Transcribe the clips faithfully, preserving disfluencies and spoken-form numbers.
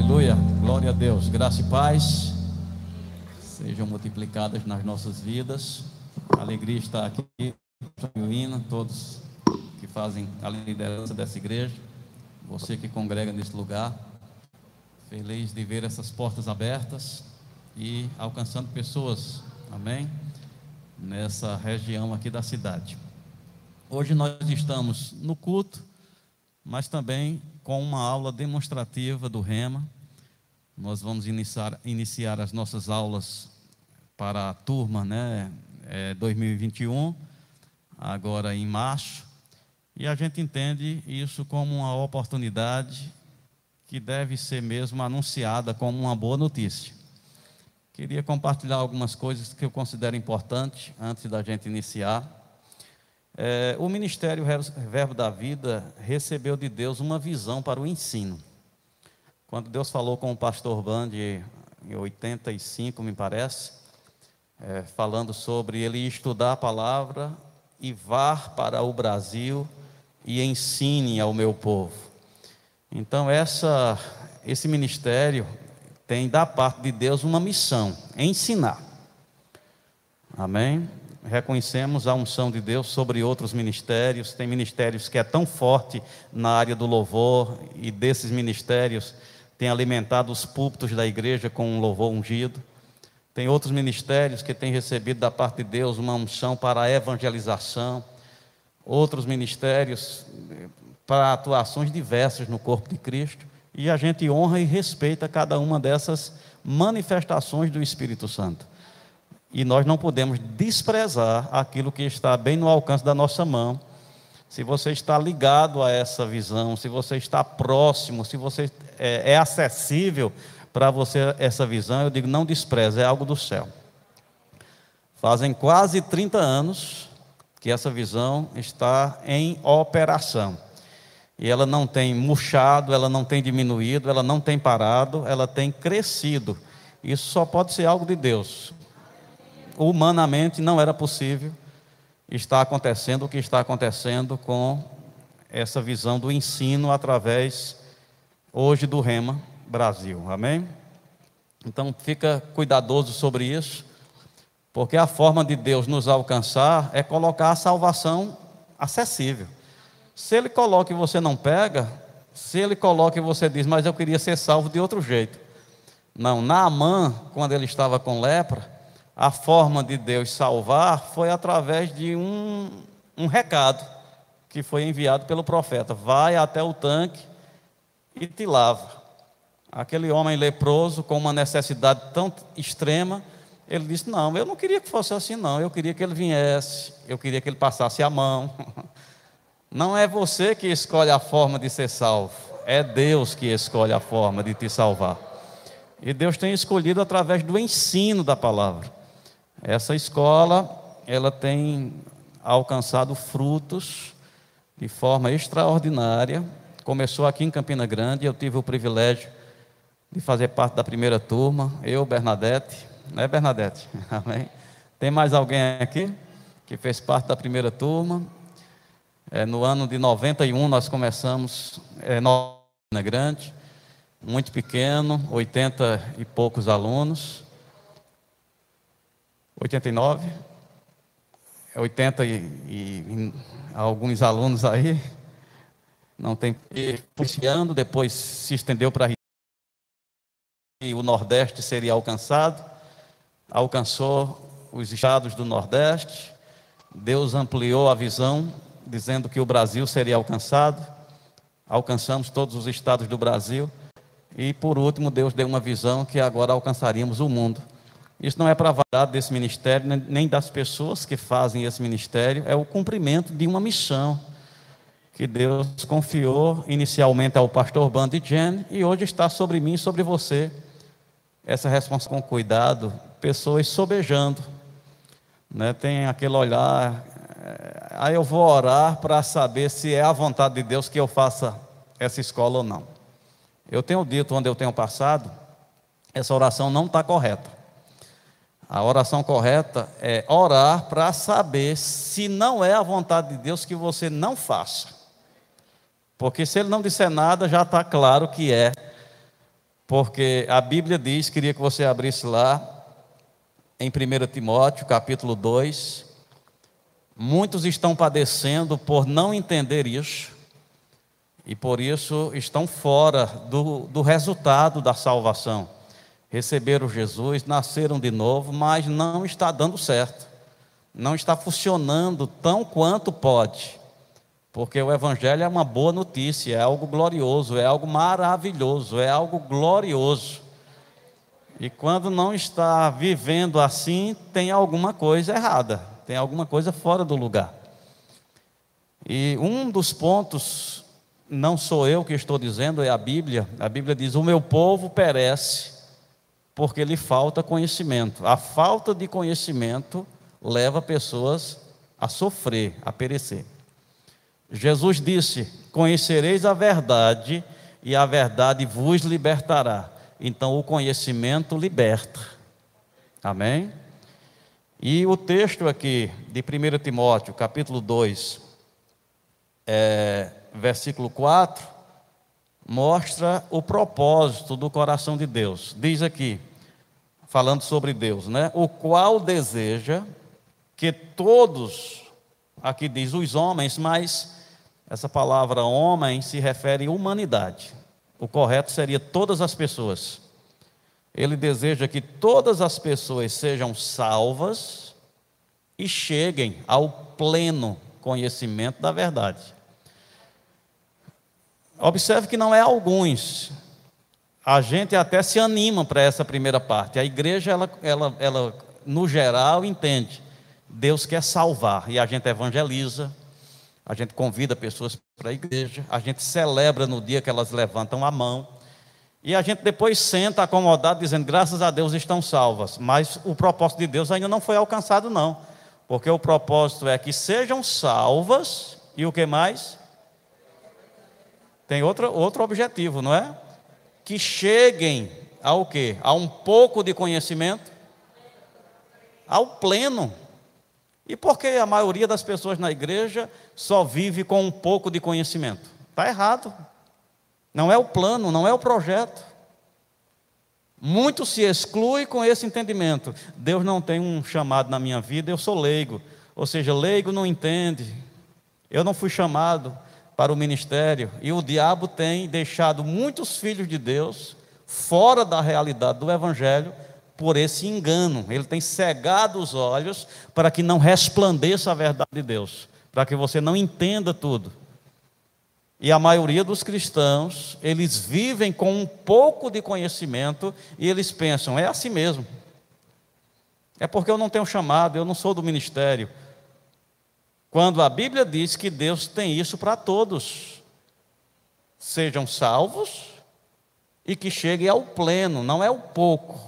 Aleluia, glória a Deus. Graça e paz sejam multiplicadas nas nossas vidas. A alegria está aqui, todos que fazem a liderança dessa igreja, você que congrega nesse lugar, feliz de ver essas portas abertas e alcançando pessoas, amém, nessa região aqui da cidade. Hoje nós estamos no culto, mas também com uma aula demonstrativa do Rema. Nós vamos iniciar, iniciar as nossas aulas para a turma, né, é, dois mil e vinte e um, agora em março, e a gente entende isso como uma oportunidade que deve ser mesmo anunciada como uma boa notícia. Queria compartilhar algumas coisas que eu considero importantes antes da gente iniciar. É, o Ministério Verbo da Vida recebeu de Deus uma visão para o ensino. Quando Deus falou com o pastor Band em oitenta e cinco, me parece, é, falando sobre ele estudar a palavra e vá para o Brasil e ensine ao meu povo. Então essa, esse ministério tem da parte de Deus uma missão, ensinar. Amém? Reconhecemos a unção de Deus sobre outros ministérios. Tem ministérios que é tão forte na área do louvor, e desses ministérios tem alimentado os púlpitos da igreja com um louvor ungido. Tem outros ministérios que têm recebido da parte de Deus uma unção para a evangelização. Outros ministérios para atuações diversas no corpo de Cristo. E a gente honra e respeita cada uma dessas manifestações do Espírito Santo. E nós não podemos desprezar aquilo que está bem no alcance da nossa mão. Se você está ligado a essa visão, se você está próximo, se você é, é acessível para você essa visão, eu digo, não despreze, é algo do céu. Fazem quase trinta anos que essa visão está em operação. E ela não tem murchado, ela não tem diminuído, ela não tem parado, ela tem crescido. Isso só pode ser algo de Deus. Humanamente não era possível estar acontecendo o que está acontecendo com essa visão do ensino através hoje do Rema Brasil, amém? Então fica cuidadoso sobre isso, porque a forma de Deus nos alcançar é colocar a salvação acessível. Se Ele coloca e você não pega, se Ele coloca e você diz, mas eu queria ser salvo de outro jeito. Não, Naamã, quando ele estava com lepra, a forma de Deus salvar foi através de um, um recado que foi enviado pelo profeta: vai até o tanque e te lava. Aquele homem leproso, com uma necessidade tão extrema, ele disse, não, eu não queria que fosse assim não, eu queria que ele viesse, eu queria que ele passasse a mão. Não é você que escolhe a forma de ser salvo, é Deus que escolhe a forma de te salvar. E Deus tem escolhido através do ensino da palavra. Essa escola, ela tem alcançado frutos de forma extraordinária. Começou aqui em Campina Grande, eu tive o privilégio de fazer parte da primeira turma, eu, Bernadette, não é Bernadette? Amém? Tem mais alguém aqui que fez parte da primeira turma? É, no ano de noventa e um nós começamos é, em Campina Grande, muito pequeno, oitenta e poucos alunos. oitenta e nove, oitenta e, e, e alguns alunos aí, não tem, iniciando, depois se estendeu para e o Nordeste seria alcançado, alcançou os estados do Nordeste, Deus ampliou a visão, dizendo que o Brasil seria alcançado, alcançamos todos os estados do Brasil, e por último Deus deu uma visão que agora alcançaríamos o mundo. Isso não é para a vaidade desse ministério, nem das pessoas que fazem esse ministério, é o cumprimento de uma missão que Deus confiou inicialmente ao pastor Band e Jenny, e hoje está sobre mim e sobre você, essa responsabilidade com cuidado, pessoas sobejando, né? Tem aquele olhar, aí eu vou orar para saber se é a vontade de Deus que eu faça essa escola ou não. Eu tenho dito, onde eu tenho passado, essa oração não está correta. A oração correta é orar para saber se não é a vontade de Deus que você não faça. Porque se Ele não disser nada, já está claro que é Porque a Bíblia diz, queria que você abrisse lá, em primeiro Timóteo, capítulo dois, muitos estão padecendo por não entender isso, e por isso estão fora do, do resultado da salvação. Receberam Jesus, nasceram de novo, mas não está dando certo, não está funcionando tão quanto pode, porque o Evangelho é uma boa notícia, é algo glorioso, é algo maravilhoso, é algo glorioso. E quando não está vivendo assim, tem alguma coisa errada, tem alguma coisa fora do lugar. E um dos pontos, não sou eu que estou dizendo, é a Bíblia. A Bíblia diz: o meu povo perece porque lhe falta conhecimento. A falta de conhecimento leva pessoas a sofrer, a perecer. Jesus disse: conhecereis a verdade e a verdade vos libertará. Então o conhecimento liberta. Amém? E o texto aqui de primeiro Timóteo, capítulo dois, é, versículo quatro, mostra o propósito do coração de Deus. Diz aqui, falando sobre Deus, né? O qual deseja que todos, aqui diz os homens, mas essa palavra homem se refere à humanidade. O correto seria todas as pessoas. Ele deseja que todas as pessoas sejam salvas e cheguem ao pleno conhecimento da verdade. Observe que não é alguns. A gente até se anima para essa primeira parte. A igreja, ela, ela, ela, no geral, entende. Deus quer salvar e a gente evangeliza. A gente convida pessoas para a igreja, a gente celebra no dia que elas levantam a mão, e a gente depois senta acomodado dizendo: graças a Deus estão salvas. Mas o propósito de Deus ainda não foi alcançado não, porque o propósito é que sejam salvas, e o que mais? Tem outro, outro objetivo, não é? Que cheguem ao quê? A um pouco de conhecimento, ao pleno. E por que a maioria das pessoas na igreja só vive com um pouco de conhecimento? Está errado. Não é o plano, não é o projeto. Muito se exclui com esse entendimento. Deus não tem um chamado na minha vida, eu sou leigo. Ou seja, leigo não entende. Eu não fui chamado para o ministério. E o diabo tem deixado muitos filhos de Deus fora da realidade do Evangelho, por esse engano. Ele tem cegado os olhos para que não resplandeça a verdade de Deus, para que você não entenda tudo. E a maioria dos cristãos, eles vivem com um pouco de conhecimento e eles pensam: é assim mesmo, é porque eu não tenho chamado, eu não sou do ministério. Quando a Bíblia diz que Deus tem isso para todos: sejam salvos e que cheguem ao pleno, não é o pouco.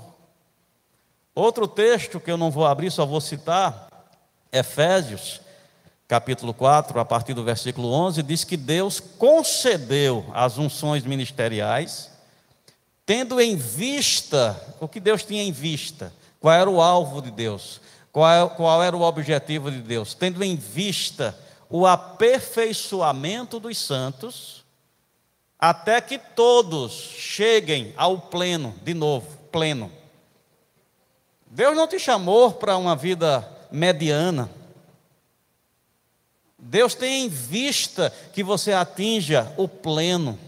Outro texto que eu não vou abrir, só vou citar, Efésios, capítulo quatro, a partir do versículo onze, diz que Deus concedeu as unções ministeriais, tendo em vista, o que Deus tinha em vista, qual era o alvo de Deus, qual, qual era o objetivo de Deus, tendo em vista o aperfeiçoamento dos santos, até que todos cheguem ao pleno, de novo, pleno. Deus não te chamou para uma vida mediana. Deus tem em vista que você atinja o pleno.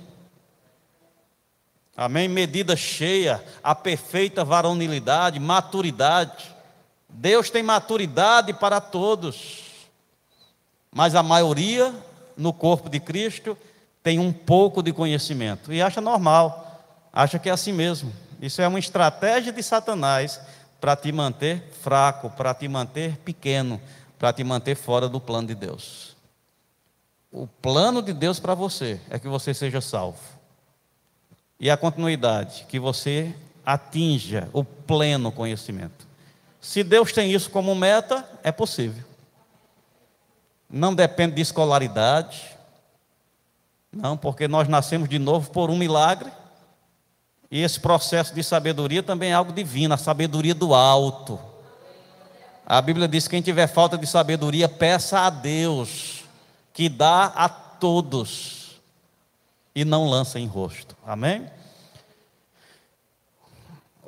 Amém? Medida cheia, a perfeita varonilidade, maturidade. Deus tem maturidade para todos. Mas a maioria, no corpo de Cristo, tem um pouco de conhecimento. E acha normal, acha que é assim mesmo. Isso é uma estratégia de Satanás para te manter fraco, para te manter pequeno, para te manter fora do plano de Deus. O plano de Deus para você é que você seja salvo. E a continuidade, que você atinja o pleno conhecimento. Se Deus tem isso como meta, é possível. Não depende de escolaridade. Não, porque nós nascemos de novo por um milagre. E esse processo de sabedoria também é algo divino, a sabedoria do alto. A Bíblia diz que quem tiver falta de sabedoria, peça a Deus, que dá a todos, e não lança em rosto. Amém?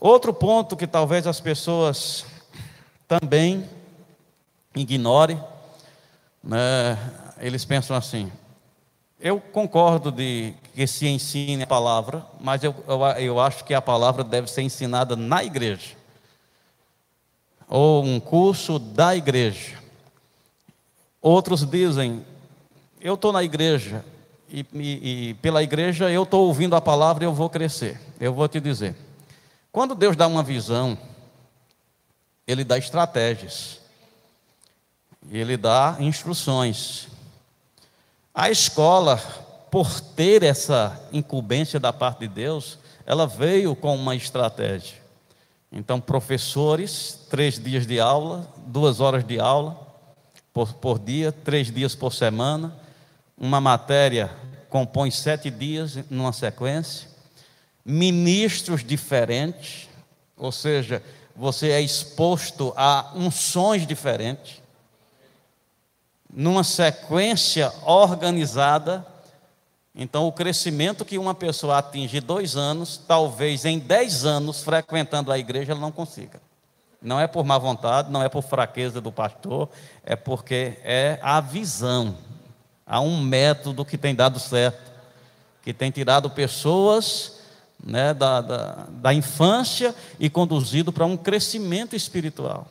Outro ponto que talvez as pessoas também ignorem, né? Eles pensam assim: eu concordo de que se ensine a palavra, mas eu, eu, eu acho que a palavra deve ser ensinada na igreja, ou um curso da igreja. Outros dizem: eu estou na igreja, e, e, e pela igreja eu estou ouvindo a palavra e eu vou crescer. Eu vou te dizer, quando Deus dá uma visão, Ele dá estratégias, Ele dá instruções. A escola, por ter essa incumbência da parte de Deus, ela veio com uma estratégia. Então, professores, três dias de aula, duas horas de aula por, por dia, três dias por semana. Uma matéria compõe sete dias numa sequência. Ministros diferentes, ou seja, você é exposto a unções diferentes, numa sequência organizada. Então, o crescimento que uma pessoa atinge em dois anos, talvez em dez anos, frequentando a igreja, ela não consiga. Não é por má vontade, não é por fraqueza do pastor, é porque é a visão. Há um método que tem dado certo, que tem tirado pessoas, né, da, da, da infância e conduzido para um crescimento espiritual.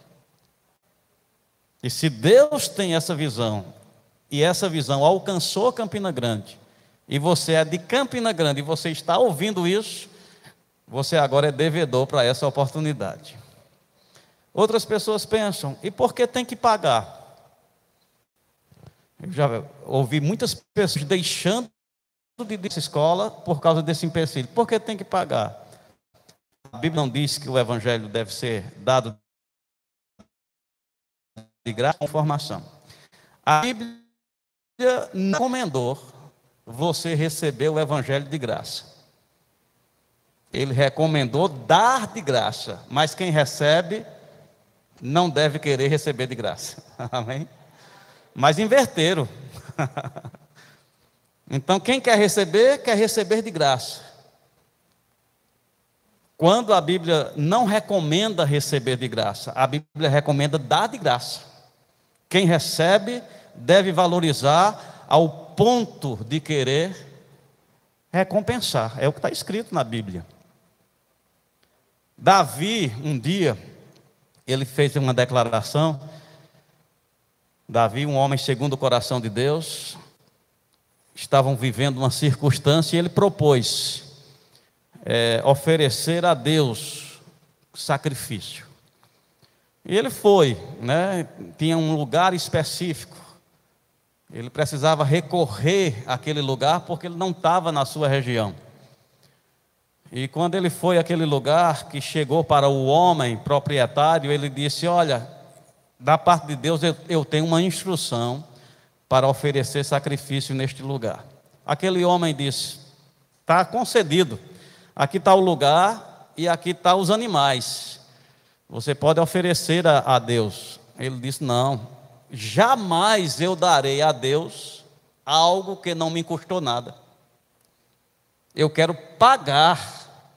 E se Deus tem essa visão, e essa visão alcançou Campina Grande, e você é de Campina Grande, e você está ouvindo isso, você agora é devedor para essa oportunidade. Outras pessoas pensam: e por que tem que pagar? Eu já ouvi muitas pessoas deixando de ir à escola por causa desse empecilho. Por que tem que pagar? A Bíblia não diz que o evangelho deve ser dado de graça com formação. A Bíblia não recomendou você receber o evangelho de graça. Ele recomendou dar de graça, mas quem recebe não deve querer receber de graça. Amém? Mas inverteram. Então, quem quer receber, quer receber de graça. Quando a Bíblia não recomenda receber de graça, a Bíblia recomenda dar de graça. Quem recebe deve valorizar ao ponto de querer recompensar. É o que está escrito na Bíblia. Davi, um dia, ele fez uma declaração. Davi, um homem segundo o coração de Deus, estavam vivendo uma circunstância e ele propôs é, oferecer a Deus sacrifício. E ele foi, né? Tinha um lugar específico. Ele precisava recorrer àquele lugar porque ele não estava na sua região. E quando ele foi àquele lugar, que chegou para o homem proprietário, ele disse: olha, da parte de Deus eu, eu tenho uma instrução para oferecer sacrifício neste lugar. Aquele homem disse: está concedido, aqui está o lugar e aqui estão os animais, você pode oferecer a, a Deus. Ele disse: não, jamais eu darei a Deus algo que não me custou nada. Eu quero pagar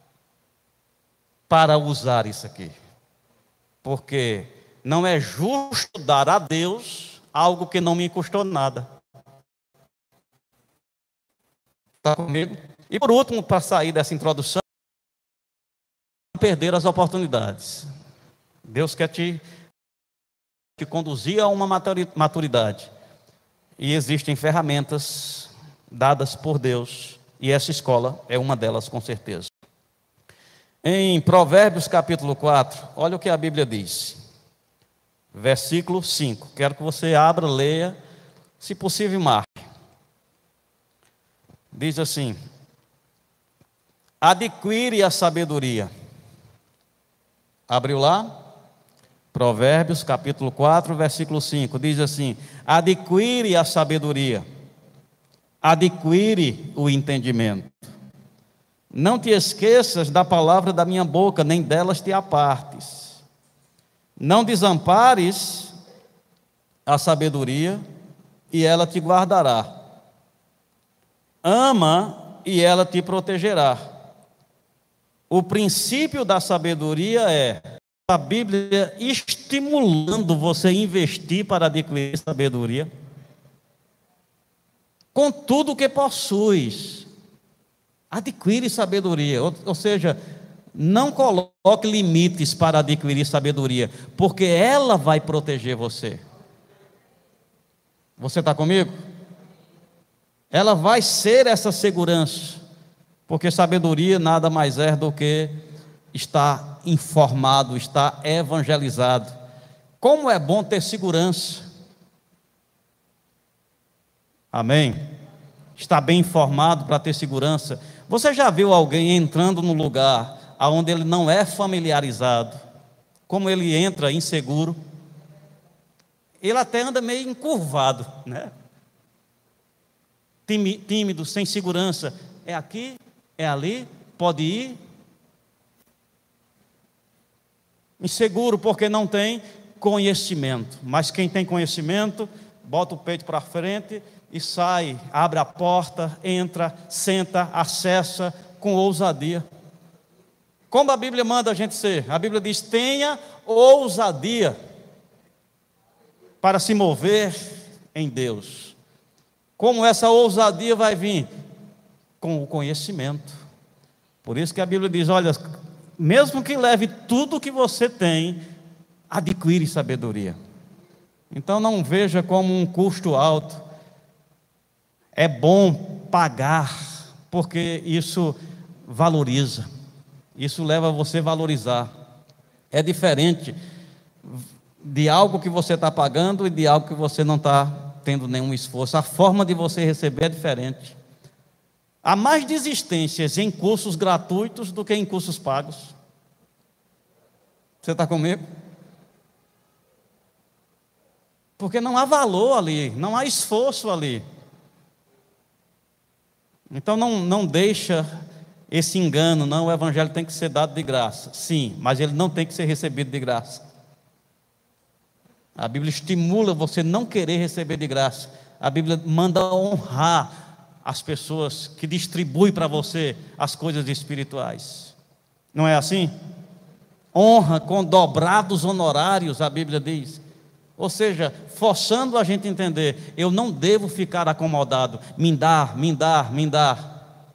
para usar isso aqui, porque não é justo dar a Deus algo que não me custou nada. Está comigo? E por último, para sair dessa introdução, não perder as oportunidades. Deus quer te, te conduzir a uma maturidade. E existem ferramentas dadas por Deus, e essa escola é uma delas, com certeza. Em Provérbios capítulo quatro, olha o que a Bíblia diz. Versículo cinco. Quero que você abra, leia, se possível marque. Diz assim: adquire a sabedoria. Abriu lá? Provérbios capítulo quatro, versículo cinco. Diz assim: adquire a sabedoria, adquire o entendimento. Não te esqueças da palavra da minha boca, nem delas te apartes. Não desampares a sabedoria, e ela te guardará. Ama, e ela te protegerá. O princípio da sabedoria é a Bíblia estimulando você a investir para adquirir sabedoria. Com tudo o que possuis, adquire sabedoria. Ou, ou seja, não coloque limites para adquirir sabedoria, porque ela vai proteger você. Você está comigo? Ela vai ser essa segurança, porque sabedoria nada mais é do que estar informado, estar evangelizado. Como é bom ter segurança. Amém? Estar bem informado para ter segurança. Você já viu alguém entrando no lugar onde ele não é familiarizado? Como ele entra inseguro? Ele até anda meio encurvado, né? Tímido, sem segurança. É aqui, é ali, pode ir. Inseguro porque não tem conhecimento. Mas quem tem conhecimento, bota o peito para frente e sai, abre a porta, entra, senta, acessa com ousadia. Como a Bíblia manda a gente ser? A Bíblia diz: tenha ousadia para se mover em Deus. Como essa ousadia vai vir? Com o conhecimento. Por isso que a Bíblia diz: olha, mesmo que leve tudo que você tem, adquire sabedoria. Então não veja como um custo alto. É bom pagar, porque isso valoriza. Isso leva você a valorizar. É diferente de algo que você está pagando e de algo que você não está tendo nenhum esforço. A forma de você receber é diferente. Há mais desistências em cursos gratuitos do que em cursos pagos. Você está comigo? Porque não há valor ali, não há esforço ali. Então não, não deixa esse engano, não, o evangelho tem que ser dado de graça. Sim, mas ele não tem que ser recebido de graça. A Bíblia estimula você não querer receber de graça. A Bíblia manda honrar as pessoas que distribuem para você as coisas espirituais. Não é assim? Honra com dobrados honorários, a Bíblia diz. Ou seja, forçando a gente a entender: eu não devo ficar acomodado, me dar, me dar, me dar.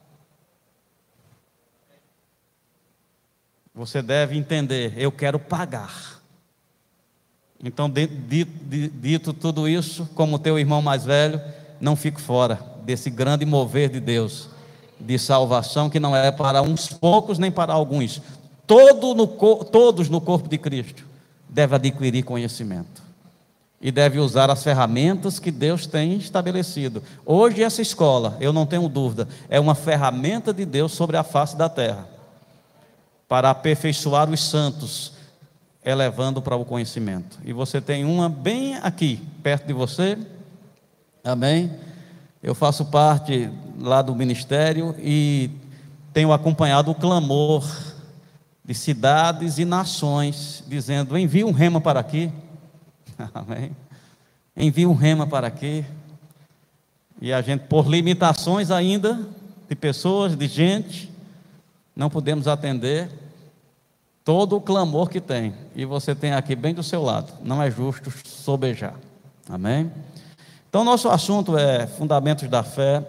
Você deve entender: eu quero pagar. Então, dito, dito tudo isso, como teu irmão mais velho, não fique fora desse grande mover de Deus, de salvação, que não é para uns poucos nem para alguns. Todo no, todos no corpo de Cristo devem adquirir conhecimento e devem usar as ferramentas que Deus tem estabelecido. Hoje essa escola, eu não tenho dúvida, é uma ferramenta de Deus sobre a face da terra, para aperfeiçoar os santos, elevando para o conhecimento. E você tem uma bem aqui, perto de você. Amém? Eu faço parte lá do ministério e tenho acompanhado o clamor de cidades e nações, dizendo: envie um rema para aqui. Amém? Envie um rema para aqui. E a gente, por limitações ainda, de pessoas, de gente, não podemos atender todo o clamor que tem. E você tem aqui bem do seu lado. Não é justo sobejar. Amém? Então nosso assunto é fundamentos da fé.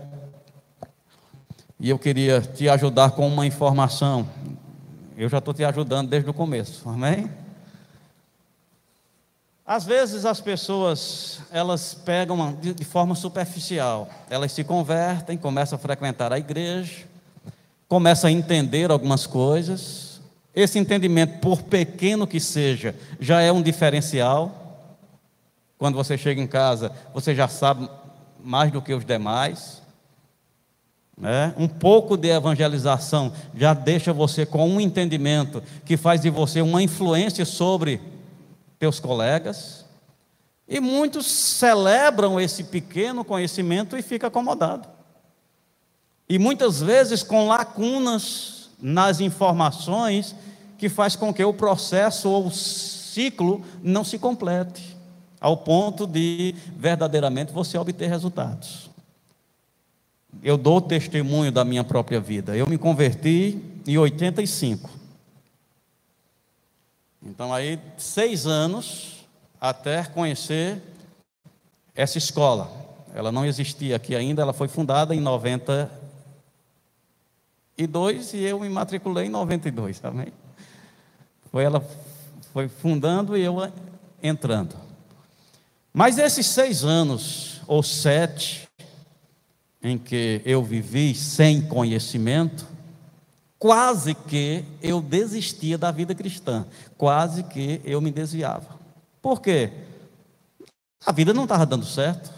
E eu queria te ajudar com uma informação. Eu já estou te ajudando desde o começo. Amém? Às vezes as pessoas, elas pegam de, de forma superficial. Elas se convertem, começam a frequentar a igreja, começam a entender algumas coisas. Esse entendimento, por pequeno que seja, já é um diferencial. Quando você chega em casa, você já sabe mais do que os demais, né? Um pouco de evangelização já deixa você com um entendimento que faz de você uma influência sobre teus colegas. E muitos celebram esse pequeno conhecimento e ficam acomodados. E muitas vezes com lacunas nas informações, que faz com que o processo ou o ciclo não se complete, ao ponto de verdadeiramente você obter resultados. Eu dou testemunho da minha própria vida. Eu me converti em oitenta e cinco. Então aí, seis anos até conhecer essa escola. Ela não existia aqui ainda, ela foi fundada em noventa e dois e eu me matriculei em noventa e dois, amém? Foi ela foi fundando e eu entrando. Mas esses seis anos, ou sete, em que eu vivi sem conhecimento, quase que eu desistia da vida cristã, quase que eu me desviava. Por quê? A vida não estava dando certo,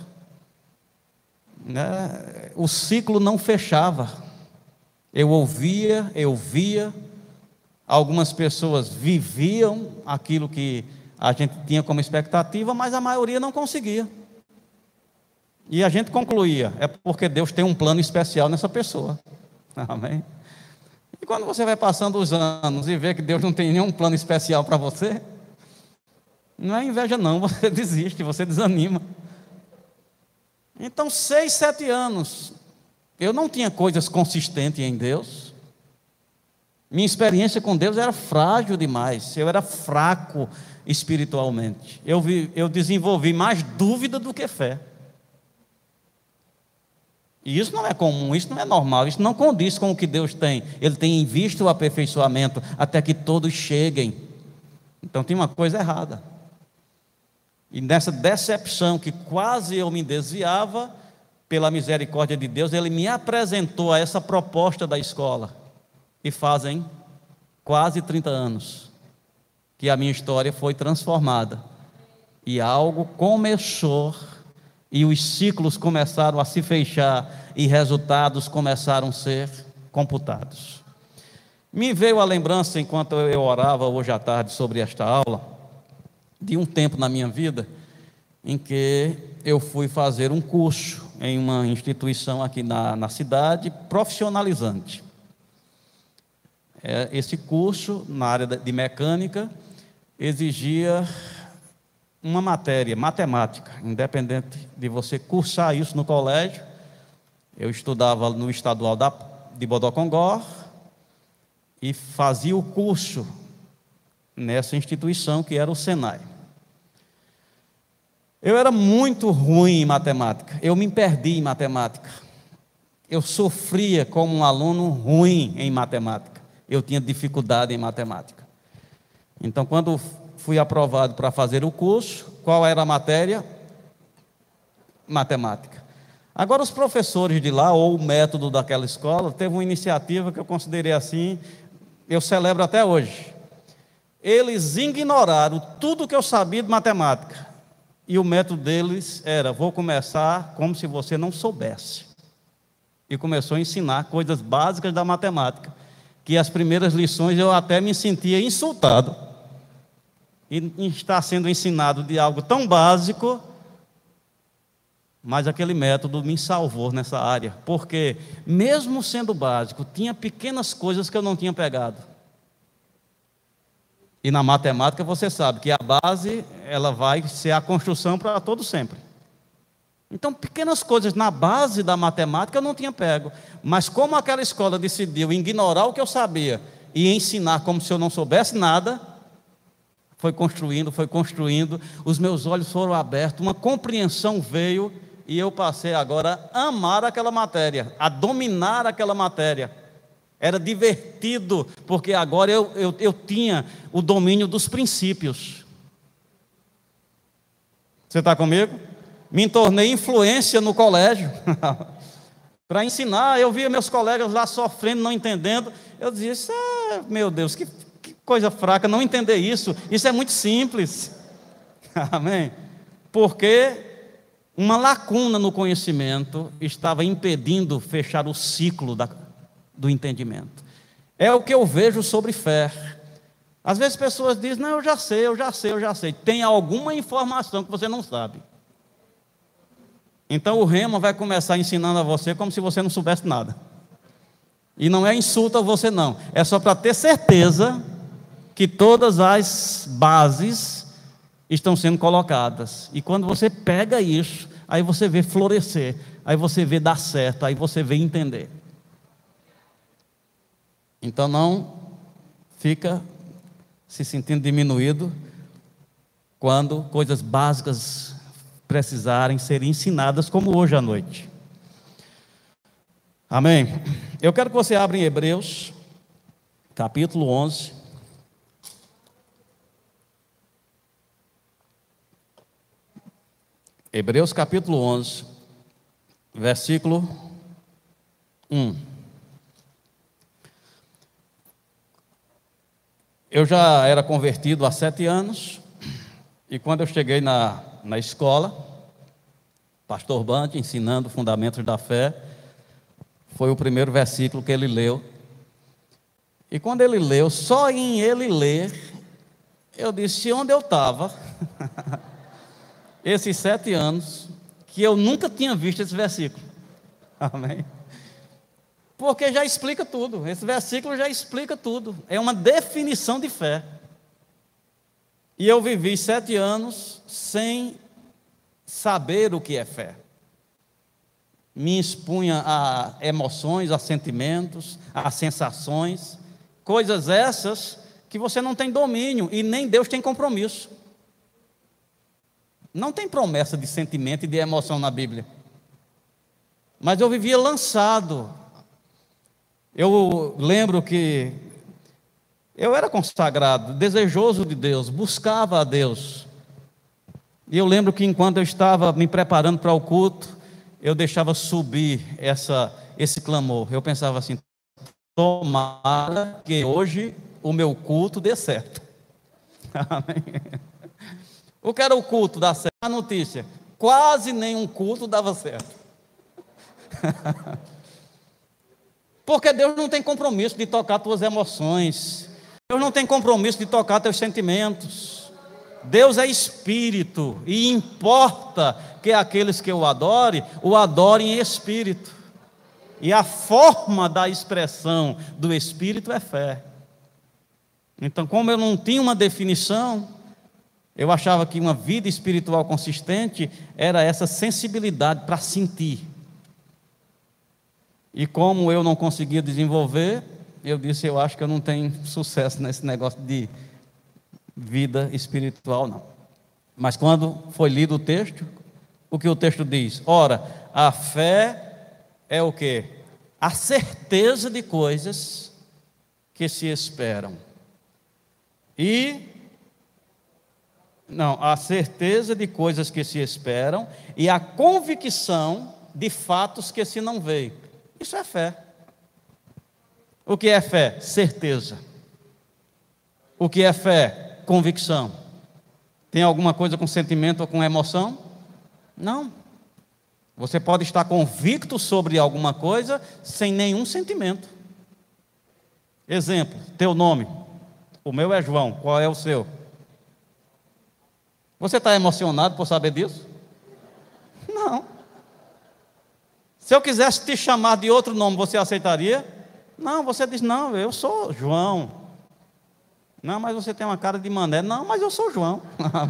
né? O ciclo não fechava. Eu ouvia, eu via, algumas pessoas viviam aquilo que a gente tinha como expectativa, mas a maioria não conseguia. E a gente concluía, é porque Deus tem um plano especial nessa pessoa. Amém? E quando você vai passando os anos e vê que Deus não tem nenhum plano especial para você, não é inveja não, você desiste, você desanima. Então, seis, sete anos, eu não tinha coisas consistentes em Deus. Minha experiência com Deus era frágil demais, eu era fraco espiritualmente. Eu, vi, eu desenvolvi mais dúvida do que fé. E isso não é comum, isso não é normal, isso não condiz com o que Deus tem. Ele tem em vista o aperfeiçoamento até que todos cheguem. Então tem uma coisa errada. E nessa decepção que quase eu me desviava, pela misericórdia de Deus, Ele me apresentou a essa proposta da escola. E fazem quase trinta anos que a minha história foi transformada. E algo começou, e os ciclos começaram a se fechar, e resultados começaram a ser computados. Me veio a lembrança, enquanto eu orava hoje à tarde sobre esta aula, de um tempo na minha vida, em que eu fui fazer um curso em uma instituição aqui na, na cidade, profissionalizante. Esse curso, na área de mecânica, exigia uma matéria, matemática, independente de você cursar isso no colégio. Eu estudava no estadual da, de Bodocongó e fazia o curso nessa instituição que era o Senai. Eu era muito ruim em matemática, eu me perdi em matemática. Eu sofria como um aluno ruim em matemática. Eu tinha dificuldade em matemática. Então, quando fui aprovado para fazer o curso, qual era a matéria? Matemática. Agora, os professores de lá, ou o método daquela escola, teve uma iniciativa que eu considerei assim, eu celebro até hoje. Eles ignoraram tudo que eu sabia de matemática. E o método deles era, vou começar como se você não soubesse. E começou a ensinar coisas básicas da matemática, que as primeiras lições eu até me sentia insultado. E estar sendo ensinado de algo tão básico, mas aquele método me salvou nessa área, porque mesmo sendo básico, tinha pequenas coisas que eu não tinha pegado. E na matemática você sabe que a base, ela vai ser a construção para todo sempre. Então, pequenas coisas na base da matemática eu não tinha pego, mas como aquela escola decidiu ignorar o que eu sabia e ensinar como se eu não soubesse nada, foi construindo, foi construindo, os meus olhos foram abertos, uma compreensão veio e eu passei agora a amar aquela matéria, a dominar aquela matéria. Era divertido, porque agora eu, eu, eu tinha o domínio dos princípios. Você está comigo? Me tornei influência no colégio, para ensinar. Eu via meus colegas lá sofrendo, não entendendo. Eu dizia, isso é, meu Deus, que, que coisa fraca, não entender isso. Isso é muito simples. Amém? Porque uma lacuna no conhecimento estava impedindo fechar o ciclo da, do entendimento. É o que eu vejo sobre fé. Às vezes pessoas dizem, não, eu já sei, eu já sei, eu já sei. Tem alguma informação que você não sabe. Então o Rema vai começar ensinando a você como se você não soubesse nada. E não é insulto a você não, é só para ter certeza que todas as bases estão sendo colocadas. E quando você pega isso, aí você vê florescer, aí você vê dar certo, aí você vê entender. Então não fica se sentindo diminuído quando coisas básicas precisarem ser ensinadas, como hoje à noite. Amém? Eu quero que você abra em Hebreus, capítulo onze. Hebreus capítulo onze, versículo um. Eu já era convertido há sete anos, e quando eu cheguei na, na escola, pastor Band, ensinando fundamentos da fé, foi o primeiro versículo que ele leu. E quando ele leu, só em ele ler, eu disse: onde eu estava esses sete anos, que eu nunca tinha visto esse versículo. Amém? Porque já explica tudo, esse versículo já explica tudo, é uma definição de fé. E eu vivi sete anos sem saber o que é fé. Me expunha a emoções, a sentimentos, a sensações, coisas essas que você não tem domínio e nem Deus tem compromisso. Não tem promessa de sentimento e de emoção na Bíblia. Mas eu vivia lançado. Eu lembro que eu era consagrado, desejoso de Deus, buscava a Deus. E eu lembro que enquanto eu estava me preparando para o culto, eu deixava subir essa, esse clamor. Eu pensava assim: tomara que hoje o meu culto dê certo. Amém. O que era o culto dar certo? A notícia: quase nenhum culto dava certo. Porque Deus não tem compromisso de tocar tuas emoções. Deus não tem compromisso de tocar teus sentimentos. Deus é espírito e importa que aqueles que o adorem, o adorem em espírito. E a forma da expressão do espírito é fé. Então, como eu não tinha uma definição, eu achava que uma vida espiritual consistente era essa sensibilidade para sentir. E como eu não conseguia desenvolver, eu disse: eu acho que eu não tenho sucesso nesse negócio de vida espiritual, não. Mas quando foi lido o texto, o que o texto diz? Ora, a fé é o quê? A certeza de coisas que se esperam. E, não, a certeza de coisas que se esperam e a convicção de fatos que se não veem. Isso é fé. O que é fé? Certeza. O que é fé? Convicção. Tem alguma coisa com sentimento ou com emoção? Não. Você pode estar convicto sobre alguma coisa sem nenhum sentimento. Exemplo, teu nome. O meu é João, qual é o seu? Você está emocionado por saber disso? Não. Se eu quisesse te chamar de outro nome, você aceitaria? Não, você diz: não, eu sou João. Não, mas você tem uma cara de mané. Não, mas eu sou João.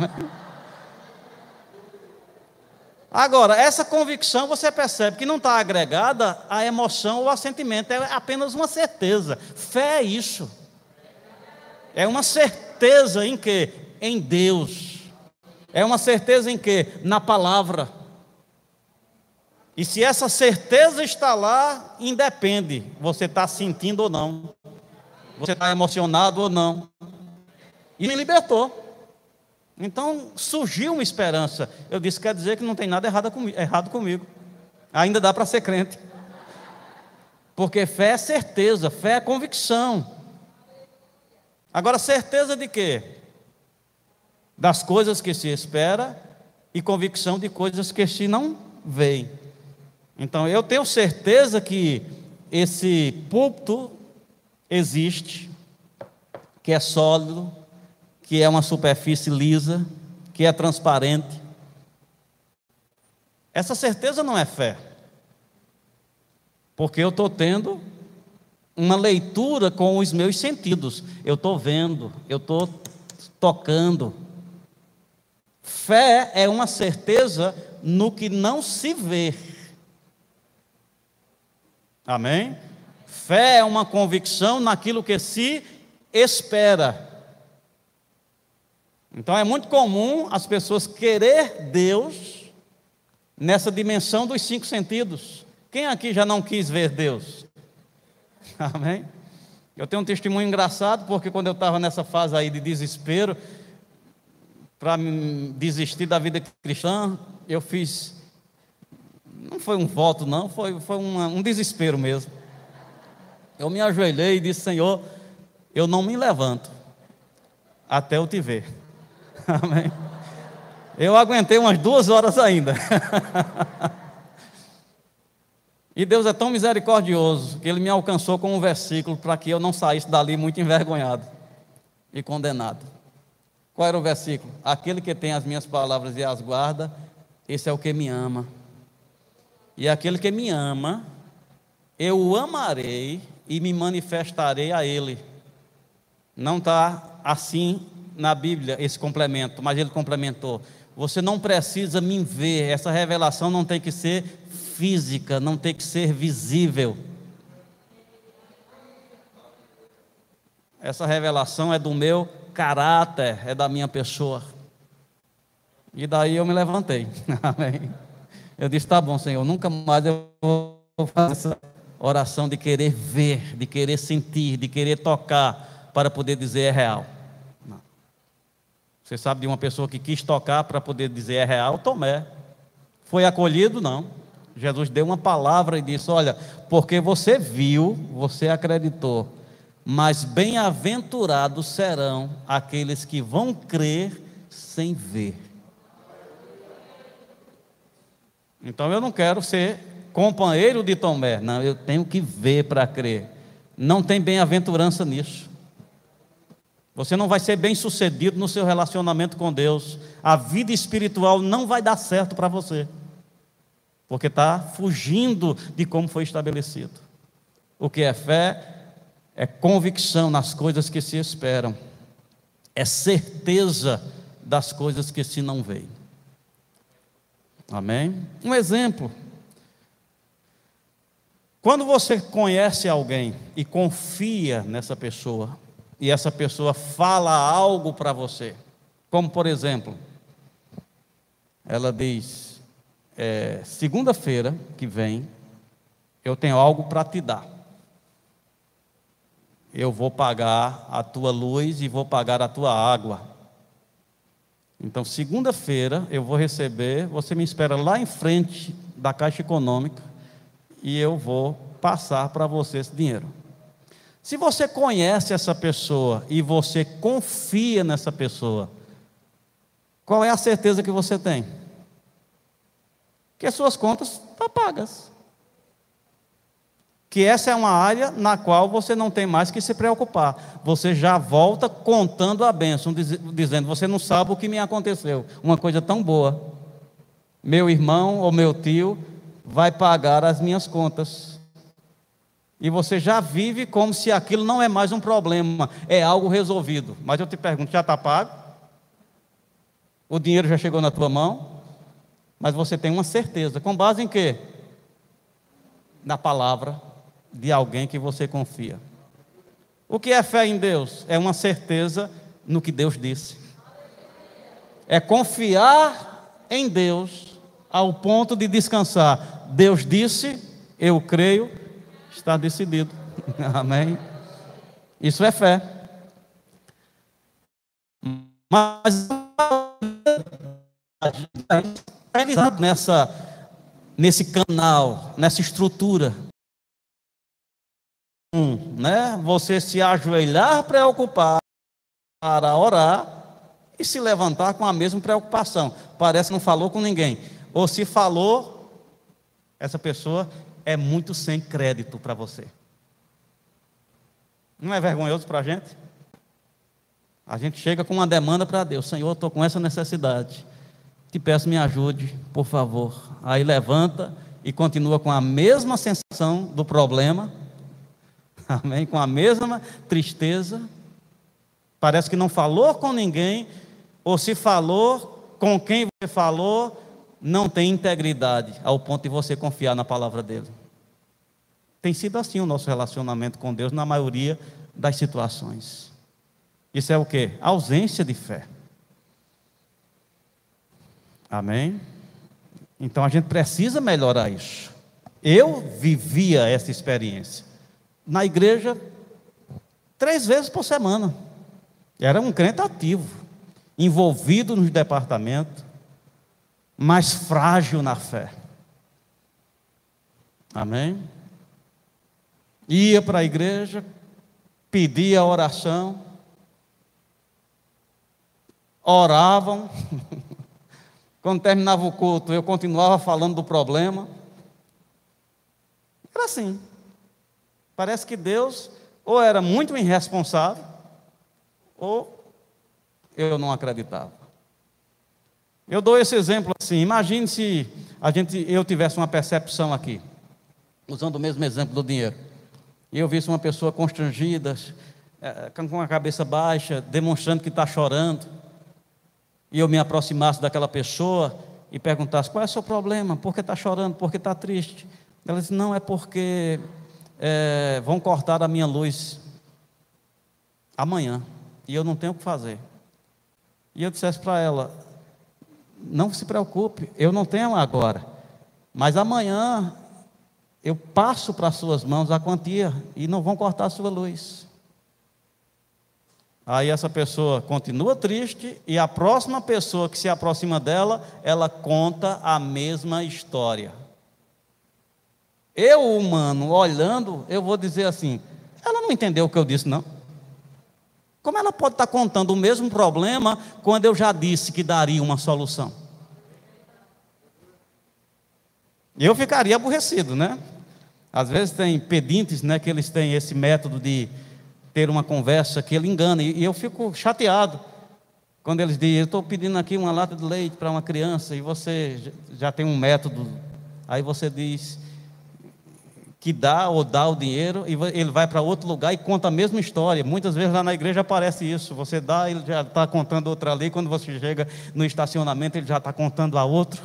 Agora, essa convicção você percebe que não está agregada à emoção ou a sentimento, é apenas uma certeza. Fé é isso. É uma certeza em quê? Em Deus. É uma certeza em quê? Na palavra. E se essa certeza está lá, independe, você está sentindo ou não, você está emocionado ou não. E me libertou. Então surgiu uma esperança. Eu disse: quer dizer que não tem nada errado comigo, errado comigo. Ainda dá para ser crente. Porque fé é certeza, fé é convicção. Agora, certeza de quê? Das coisas que se espera e convicção de coisas que se não veem. Então, eu tenho certeza que esse púlpito existe, que é sólido, que é uma superfície lisa, que é transparente. Essa certeza não é fé, porque eu estou tendo uma leitura com os meus sentidos. Eu estou vendo, eu estou tocando. Fé é uma certeza no que não se vê. Amém? Fé é uma convicção naquilo que se espera. Então é muito comum as pessoas querer Deus nessa dimensão dos cinco sentidos. Quem aqui já não quis ver Deus? Amém? Eu tenho um testemunho engraçado, porque quando eu estava nessa fase aí de desespero, para desistir da vida cristã, eu fiz, não foi um voto não, foi, foi uma, um desespero mesmo. Eu me ajoelhei e disse: Senhor, eu não me levanto até eu te ver. Amém? Eu aguentei umas duas horas ainda. E Deus é tão misericordioso que Ele me alcançou com um versículo para que eu não saísse dali muito envergonhado e condenado. Qual era o versículo? Aquele que tem as minhas palavras e as guarda, esse é o que me ama. E aquele que me ama, eu o amarei e me manifestarei a ele. Não está assim na Bíblia esse complemento, mas ele complementou: você não precisa me ver, essa revelação não tem que ser física, não tem que ser visível. Essa revelação é do meu caráter, é da minha pessoa. E daí eu me levantei. Amém. Eu disse: tá bom, Senhor, nunca mais eu vou fazer essa oração de querer ver, de querer sentir, de querer tocar para poder dizer é real. Não. Você sabe de uma pessoa que quis tocar para poder dizer é real? Tomé. Foi acolhido? Não. Jesus deu uma palavra e disse: olha, porque você viu, você acreditou, mas bem-aventurados serão aqueles que vão crer sem ver. Então eu não quero ser companheiro de Tomé, não, eu tenho que ver para crer. Não tem bem-aventurança nisso. Você não vai ser bem-sucedido no seu relacionamento com Deus. A vida espiritual não vai dar certo para você, porque está fugindo de como foi estabelecido. O que é fé? É convicção nas coisas que se esperam, é certeza das coisas que se não veem. Amém? Um exemplo: quando você conhece alguém e confia nessa pessoa, e essa pessoa fala algo para você, como por exemplo, ela diz: é, segunda-feira que vem eu tenho algo para te dar. Eu vou pagar a tua luz e vou pagar a tua água. Então, segunda-feira eu vou receber, você me espera lá em frente da Caixa Econômica e eu vou passar para você esse dinheiro. Se você conhece essa pessoa e você confia nessa pessoa, qual é a certeza que você tem? Que as suas contas estão pagas. Que essa é uma área na qual você não tem mais que se preocupar. Você já volta contando a bênção, dizendo: você não sabe o que me aconteceu. Uma coisa tão boa. Meu irmão ou meu tio vai pagar as minhas contas. E você já vive como se aquilo não é mais um problema, é algo resolvido. Mas eu te pergunto: já está pago? O dinheiro já chegou na tua mão? Mas você tem uma certeza. Com base em quê? Na palavra de alguém que você confia. O que é fé em Deus? É uma certeza no que Deus disse. É confiar em Deus ao ponto de descansar. Deus disse, eu creio, está decidido. Amém? Isso é fé. Mas nessa, nesse canal, nessa estrutura, Um, né? Você se ajoelhar preocupado para orar e se levantar com a mesma preocupação. Parece que não falou com ninguém. Ou se falou, essa pessoa é muito sem crédito para você. Não é vergonhoso para a gente? A gente chega com uma demanda para Deus: Senhor, eu estou com essa necessidade, te peço, me ajude, por favor. Aí levanta e continua com a mesma sensação do problema. Amém? Com a mesma tristeza. Parece que não falou com ninguém, ou se falou, com quem você falou, não tem integridade, ao ponto de você confiar na palavra dele. Tem sido assim o nosso relacionamento com Deus na maioria das situações. Isso é o quê? Ausência de fé. Amém? Então a gente precisa melhorar isso. Eu vivia essa experiência na igreja três vezes por semana. Era um crente ativo, envolvido nos departamentos, mas frágil na fé. Amém? Ia para a igreja, pedia oração, oravam. Quando terminava o culto, eu continuava falando do problema. Era assim. Parece que Deus ou era muito irresponsável, ou eu não acreditava. Eu dou esse exemplo assim: imagine se a gente, eu tivesse uma percepção aqui, usando o mesmo exemplo do dinheiro, e eu visse uma pessoa constrangida, com a cabeça baixa, demonstrando que está chorando, e eu me aproximasse daquela pessoa e perguntasse: qual é o seu problema? Por que está chorando? Por que está triste? Ela disse: não, é porque é, vão cortar a minha luz amanhã, e eu não tenho o que fazer. E eu dissesse para ela: não se preocupe, eu não tenho agora, mas amanhã eu passo para as suas mãos a quantia, e não vão cortar a sua luz. Aí essa pessoa continua triste, e a próxima pessoa que se aproxima dela, ela conta a mesma história. Eu, humano, olhando, eu vou dizer assim: ela não entendeu o que eu disse, não. Como ela pode estar contando o mesmo problema, quando eu já disse que daria uma solução? Eu ficaria aborrecido, né? Às vezes tem pedintes, né, que eles têm esse método de ter uma conversa que ele engana, e eu fico chateado quando eles dizem: eu estou pedindo aqui uma lata de leite para uma criança, e você já tem um método, aí você diz que dá ou dá o dinheiro, e ele vai para outro lugar e conta a mesma história. Muitas vezes lá na igreja aparece isso: você dá, ele já está contando outra ali, quando você chega no estacionamento, ele já está contando a outra,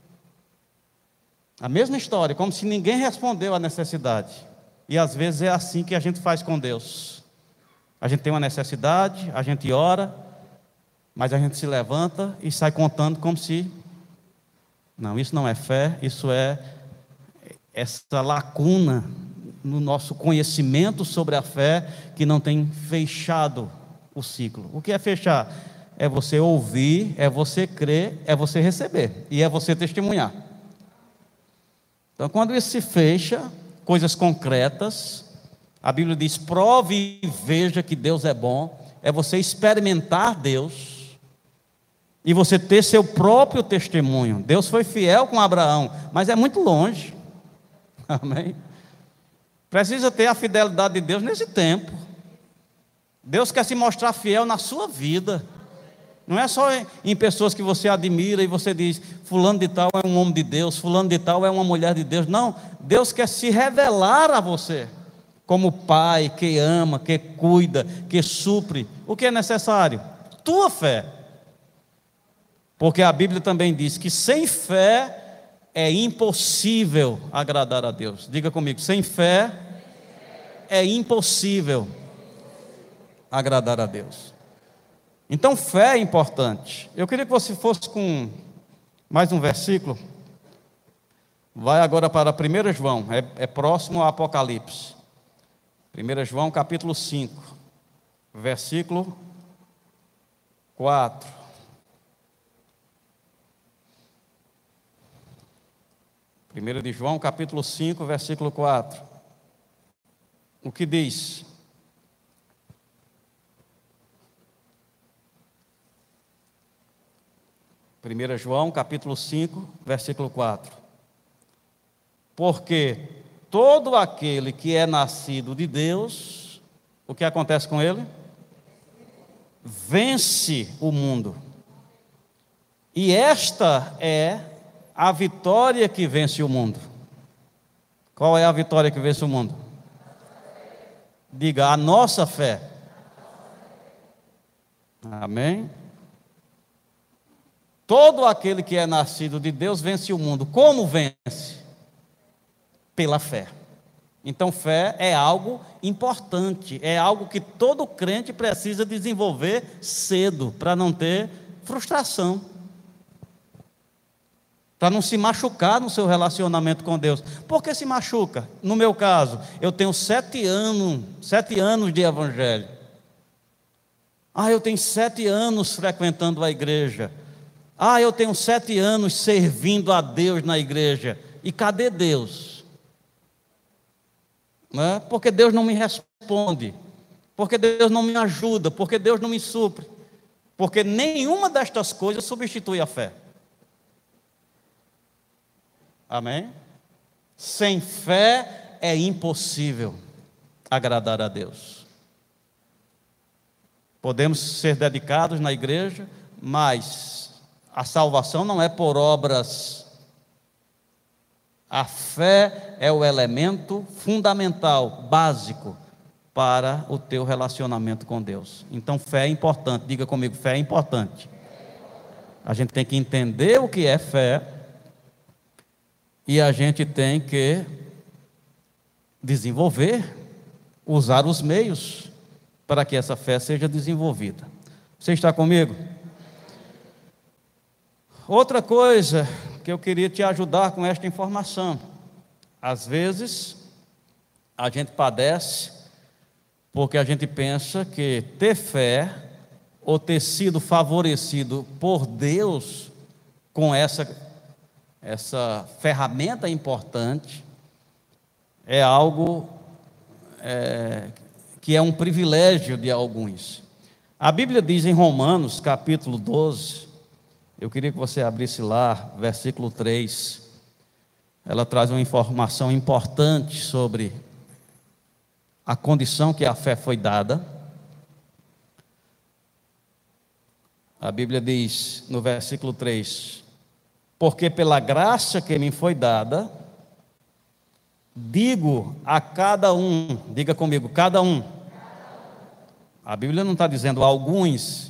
a mesma história, como se ninguém respondeu à necessidade. E às vezes é assim que a gente faz com Deus. A gente tem uma necessidade, a gente ora, mas a gente se levanta e sai contando como se... Não, isso não é fé, isso é essa lacuna no nosso conhecimento sobre a fé, que não tem fechado o ciclo. O que é fechar? É você ouvir, é você crer, é você receber, e é você testemunhar. Então, quando isso se fecha, coisas concretas, a Bíblia diz: prove e veja que Deus é bom. É você experimentar Deus e você ter seu próprio testemunho. Deus foi fiel com Abraão, mas é muito longe. Amém? Precisa ter a fidelidade de Deus nesse tempo. Deus quer se mostrar fiel na sua vida. Não é só em pessoas que você admira e você diz: fulano de tal é um homem de Deus, fulano de tal é uma mulher de Deus. Não, Deus quer se revelar a você como Pai que ama, que cuida, que supre. O que é necessário? Tua fé. Porque a Bíblia também diz que sem fé é impossível agradar a Deus. Diga comigo: sem fé é impossível agradar a Deus. Então fé é importante. Eu queria que você fosse com mais um versículo. Vai agora para primeiro João, é, é próximo ao Apocalipse. primeiro João capítulo cinco, versículo quatro. primeiro de João capítulo cinco, versículo quatro. O que diz? primeiro João capítulo cinco, versículo quatro. Porque todo aquele que é nascido de Deus, o que acontece com ele? Vence o mundo. E esta é a vitória que vence o mundo. Qual é a vitória que vence o mundo? Diga: a nossa fé. Amém? Todo aquele que é nascido de Deus vence o mundo. Como vence? Pela fé. Então, fé é algo importante, é algo que todo crente precisa desenvolver cedo, para não ter frustração, para não se machucar no seu relacionamento com Deus. Por que se machuca? No meu caso, eu tenho sete anos, sete anos de evangelho. Ah, eu tenho sete anos frequentando a igreja. Ah, eu tenho sete anos servindo a Deus na igreja. E cadê Deus? Não é? Porque Deus não me responde, porque Deus não me ajuda, porque Deus não me supre, porque nenhuma destas coisas substitui a fé. Amém? Sem fé é impossível agradar a Deus. Podemos ser dedicados na igreja, mas a salvação não é por obras. A fé é o elemento fundamental, básico, para o teu relacionamento com Deus. Então, fé é importante. Diga comigo, fé é importante. A gente tem que entender o que é fé e a gente tem que desenvolver, usar os meios para que essa fé seja desenvolvida. Você está comigo? Outra coisa que eu queria te ajudar com esta informação. Às vezes, a gente padece porque a gente pensa que ter fé ou ter sido favorecido por Deus com essa, essa ferramenta importante é algo é, que é um privilégio de alguns. A Bíblia diz em Romanos, capítulo doze, eu queria que você abrisse lá, versículo três. Ela traz uma informação importante sobre a condição que a fé foi dada. A Bíblia diz no versículo três: porque pela graça que me foi dada, digo a cada um, diga comigo, cada um. A Bíblia não está dizendo alguns.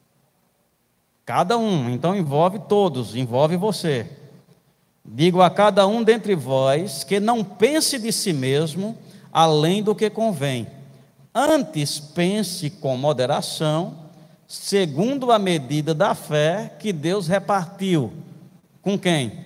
Cada um, então envolve todos, envolve você. Digo a cada um dentre vós que não pense de si mesmo além do que convém. Antes pense com moderação, segundo a medida da fé que Deus repartiu. Com quem?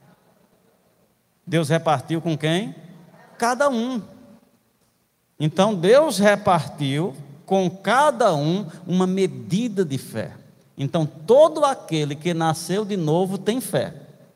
Deus repartiu com quem? Cada um. Então Deus repartiu com cada um uma medida de fé. Então, todo aquele que nasceu de novo tem fé.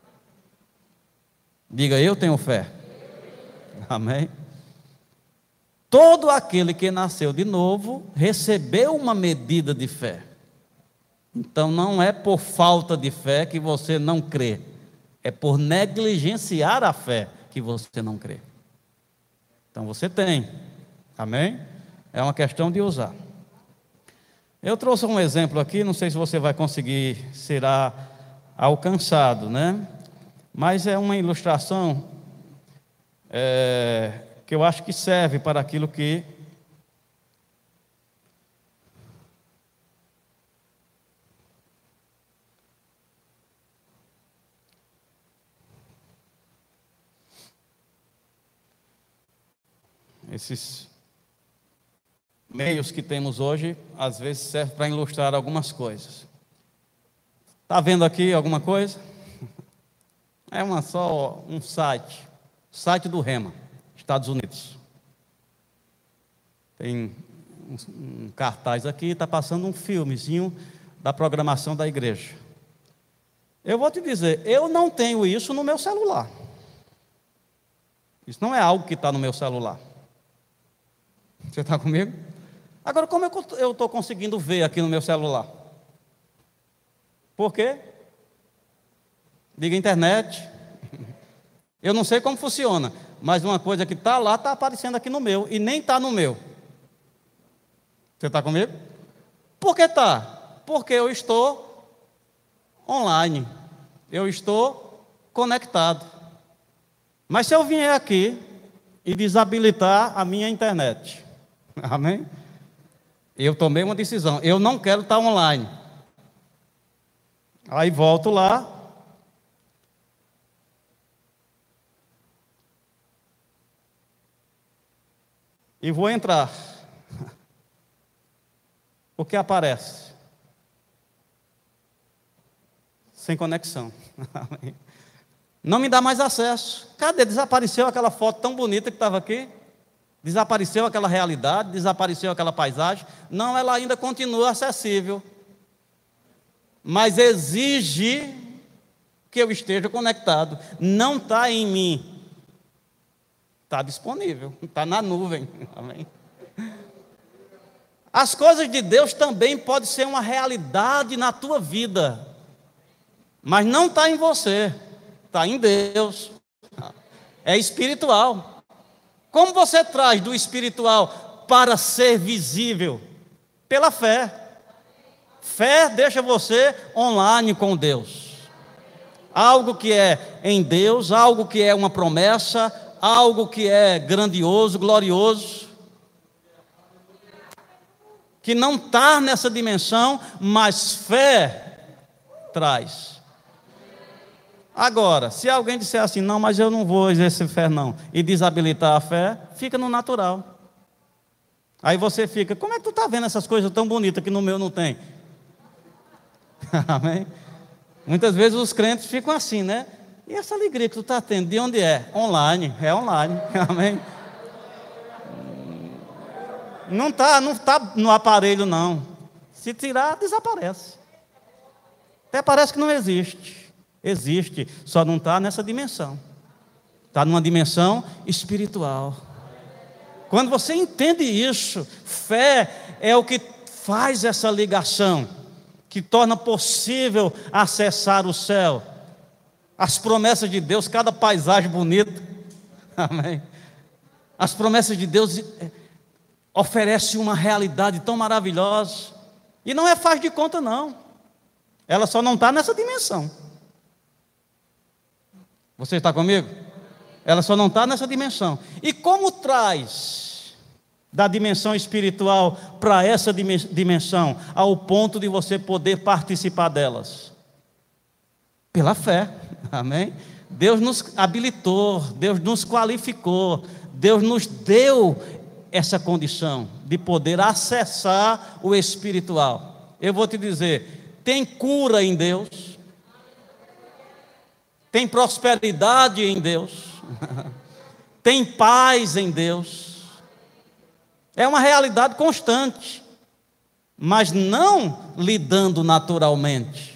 Diga, eu tenho fé. Amém? Todo aquele que nasceu de novo recebeu uma medida de fé. Então, não é por falta de fé que você não crê. É por negligenciar a fé que você não crê. Então, você tem. Amém? É uma questão de usar. Eu trouxe um exemplo aqui, não sei se você vai conseguir, será alcançado, né? Mas é uma ilustração é, que eu acho que serve para aquilo que esses meios que temos hoje, às vezes servem para ilustrar algumas coisas. Está vendo aqui alguma coisa? É uma só um site, site do Rema, Estados Unidos. Tem um, um cartaz aqui, está passando um filmezinho da programação da igreja. Eu vou te dizer, eu não tenho isso no meu celular. Isso não é algo que está no meu celular. Você está comigo? Agora, como eu estou conseguindo ver aqui no meu celular? Por quê? Diga internet. Eu não sei como funciona, mas uma coisa que está lá está aparecendo aqui no meu, e nem está no meu. Você está comigo? Por que está? Porque eu estou online, eu estou conectado. Mas se eu vier aqui e desabilitar a minha internet, amém? Eu tomei uma decisão, eu não quero estar online. Aí volto lá. E vou entrar. O que aparece? Sem conexão. Não me dá mais acesso. Cadê? Desapareceu aquela foto tão bonita que estava aqui? Desapareceu aquela realidade? Desapareceu aquela paisagem? Não, ela ainda continua acessível. Mas exige que eu esteja conectado. Não está em mim. Está disponível. Está na nuvem. Amém? As coisas de Deus também podem ser uma realidade na tua vida. Mas não está em você. Está em Deus. É espiritual. Como você traz do espiritual para ser visível? Pela fé. Fé deixa você online com Deus. Algo que é em Deus, algo que é uma promessa, algo que é grandioso, glorioso, que não está nessa dimensão, mas fé traz. Agora, se alguém disser assim, não, mas eu não vou exercer fé não, e desabilitar a fé, fica no natural. Aí você fica, como é que tu está vendo essas coisas tão bonitas que no meu não tem? Amém? Muitas vezes os crentes ficam assim, né? E essa alegria que tu está tendo, de onde é? Online, é online. Amém? Não está não tá no aparelho não. Se tirar, desaparece. Até parece que não existe. Existe, só não está nessa dimensão. Está numa dimensão espiritual. Quando você entende isso, fé é o que faz essa ligação, que torna possível acessar o céu, as promessas de Deus, cada paisagem bonita. Amém. As promessas de Deus oferecem uma realidade tão maravilhosa, e não é faz de conta não. Ela só não está nessa dimensão. Você está comigo? Ela só não está nessa dimensão. E como traz da dimensão espiritual para essa dimensão, ao ponto de você poder participar delas? Pela fé, amém? Deus nos habilitou, Deus nos qualificou, Deus nos deu essa condição de poder acessar o espiritual. Eu vou te dizer, tem cura em Deus, tem prosperidade em Deus, tem paz em Deus, é uma realidade constante, mas não lidando naturalmente.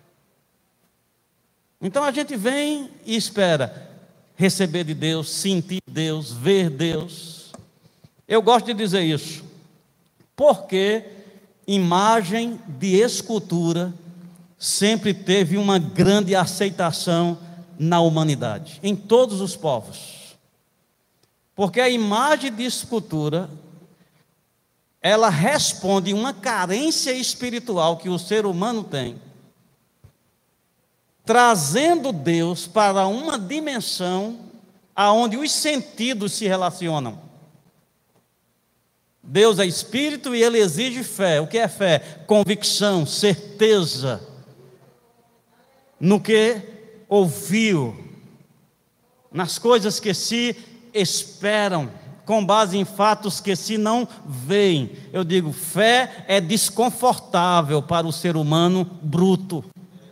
Então a gente vem e espera receber de Deus, sentir Deus, ver Deus. Eu gosto de dizer isso, porque imagem de escultura sempre teve uma grande aceitação na humanidade, em todos os povos. Porque a imagem de escultura, ela responde uma carência espiritual que o ser humano tem, trazendo Deus para uma dimensão aonde os sentidos se relacionam. Deus é espírito e ele exige fé. O que é fé? Convicção, certeza no que ouviu, nas coisas que se esperam, com base em fatos que se não veem. Eu digo, fé é desconfortável para o ser humano bruto.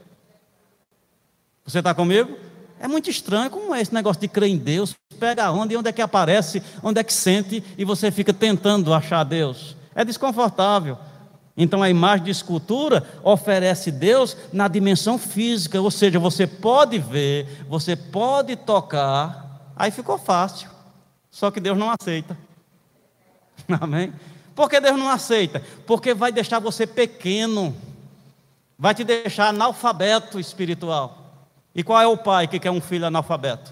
Você está comigo? É muito estranho, como é esse negócio de crer em Deus? Pega onde, onde é que aparece, onde é que sente, e você fica tentando achar Deus. É desconfortável. Então a imagem de escultura oferece Deus na dimensão física, ou seja, você pode ver, você pode tocar, aí ficou fácil, só que Deus não aceita. Amém? Por que Deus não aceita? Porque vai deixar você pequeno, vai te deixar analfabeto espiritual. E qual é o pai que quer um filho analfabeto?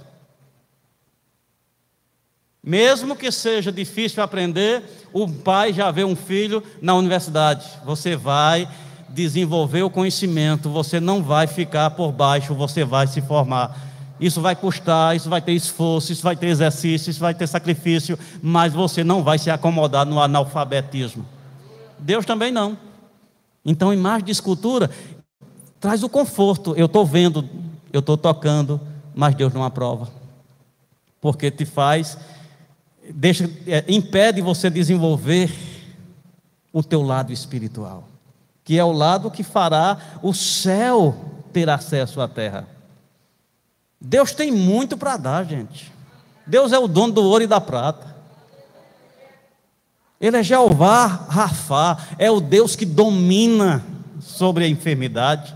Mesmo que seja difícil aprender, o pai já vê um filho na universidade. Você vai desenvolver o conhecimento, você não vai ficar por baixo, você vai se formar. Isso vai custar, isso vai ter esforço, isso vai ter exercício, isso vai ter sacrifício, mas você não vai se acomodar no analfabetismo. Deus também não. Então, imagem de escultura traz o conforto. Eu estou vendo, eu estou tocando, mas Deus não aprova. Porque te faz deixa, é, impede você desenvolver o teu lado espiritual, que é o lado que fará o céu ter acesso à terra. Deus tem muito para dar, gente. Deus é o dono do ouro e da prata. Ele é Jeová Rafá, é o Deus que domina sobre a enfermidade.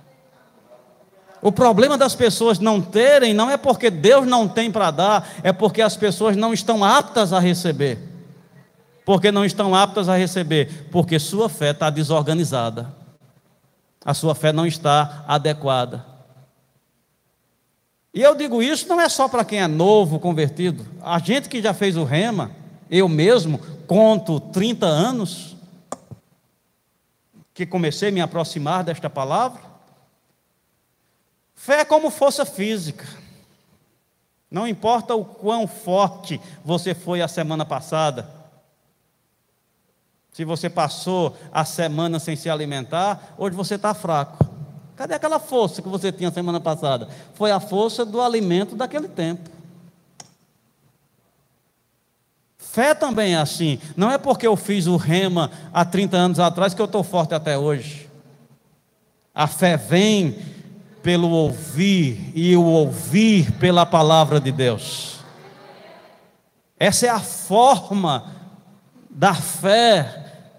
O problema das pessoas não terem, não é porque Deus não tem para dar, é porque as pessoas não estão aptas a receber. Porque não estão aptas a receber, porque sua fé está desorganizada, a sua fé não está adequada. E eu digo isso não é só para quem é novo, convertido. A gente que já fez o rema, eu mesmo, conto trinta anos, que comecei a me aproximar desta palavra. Fé é como força física. Não importa o quão forte você foi a semana passada. Se você passou a semana sem se alimentar, hoje você está fraco. Cadê aquela força que você tinha semana passada? Foi a força do alimento daquele tempo. Fé também é assim. Não é porque eu fiz o rema há trinta anos atrás que eu estou forte até hoje. A fé vem pelo ouvir, e o ouvir pela palavra de Deus. Essa é a forma da fé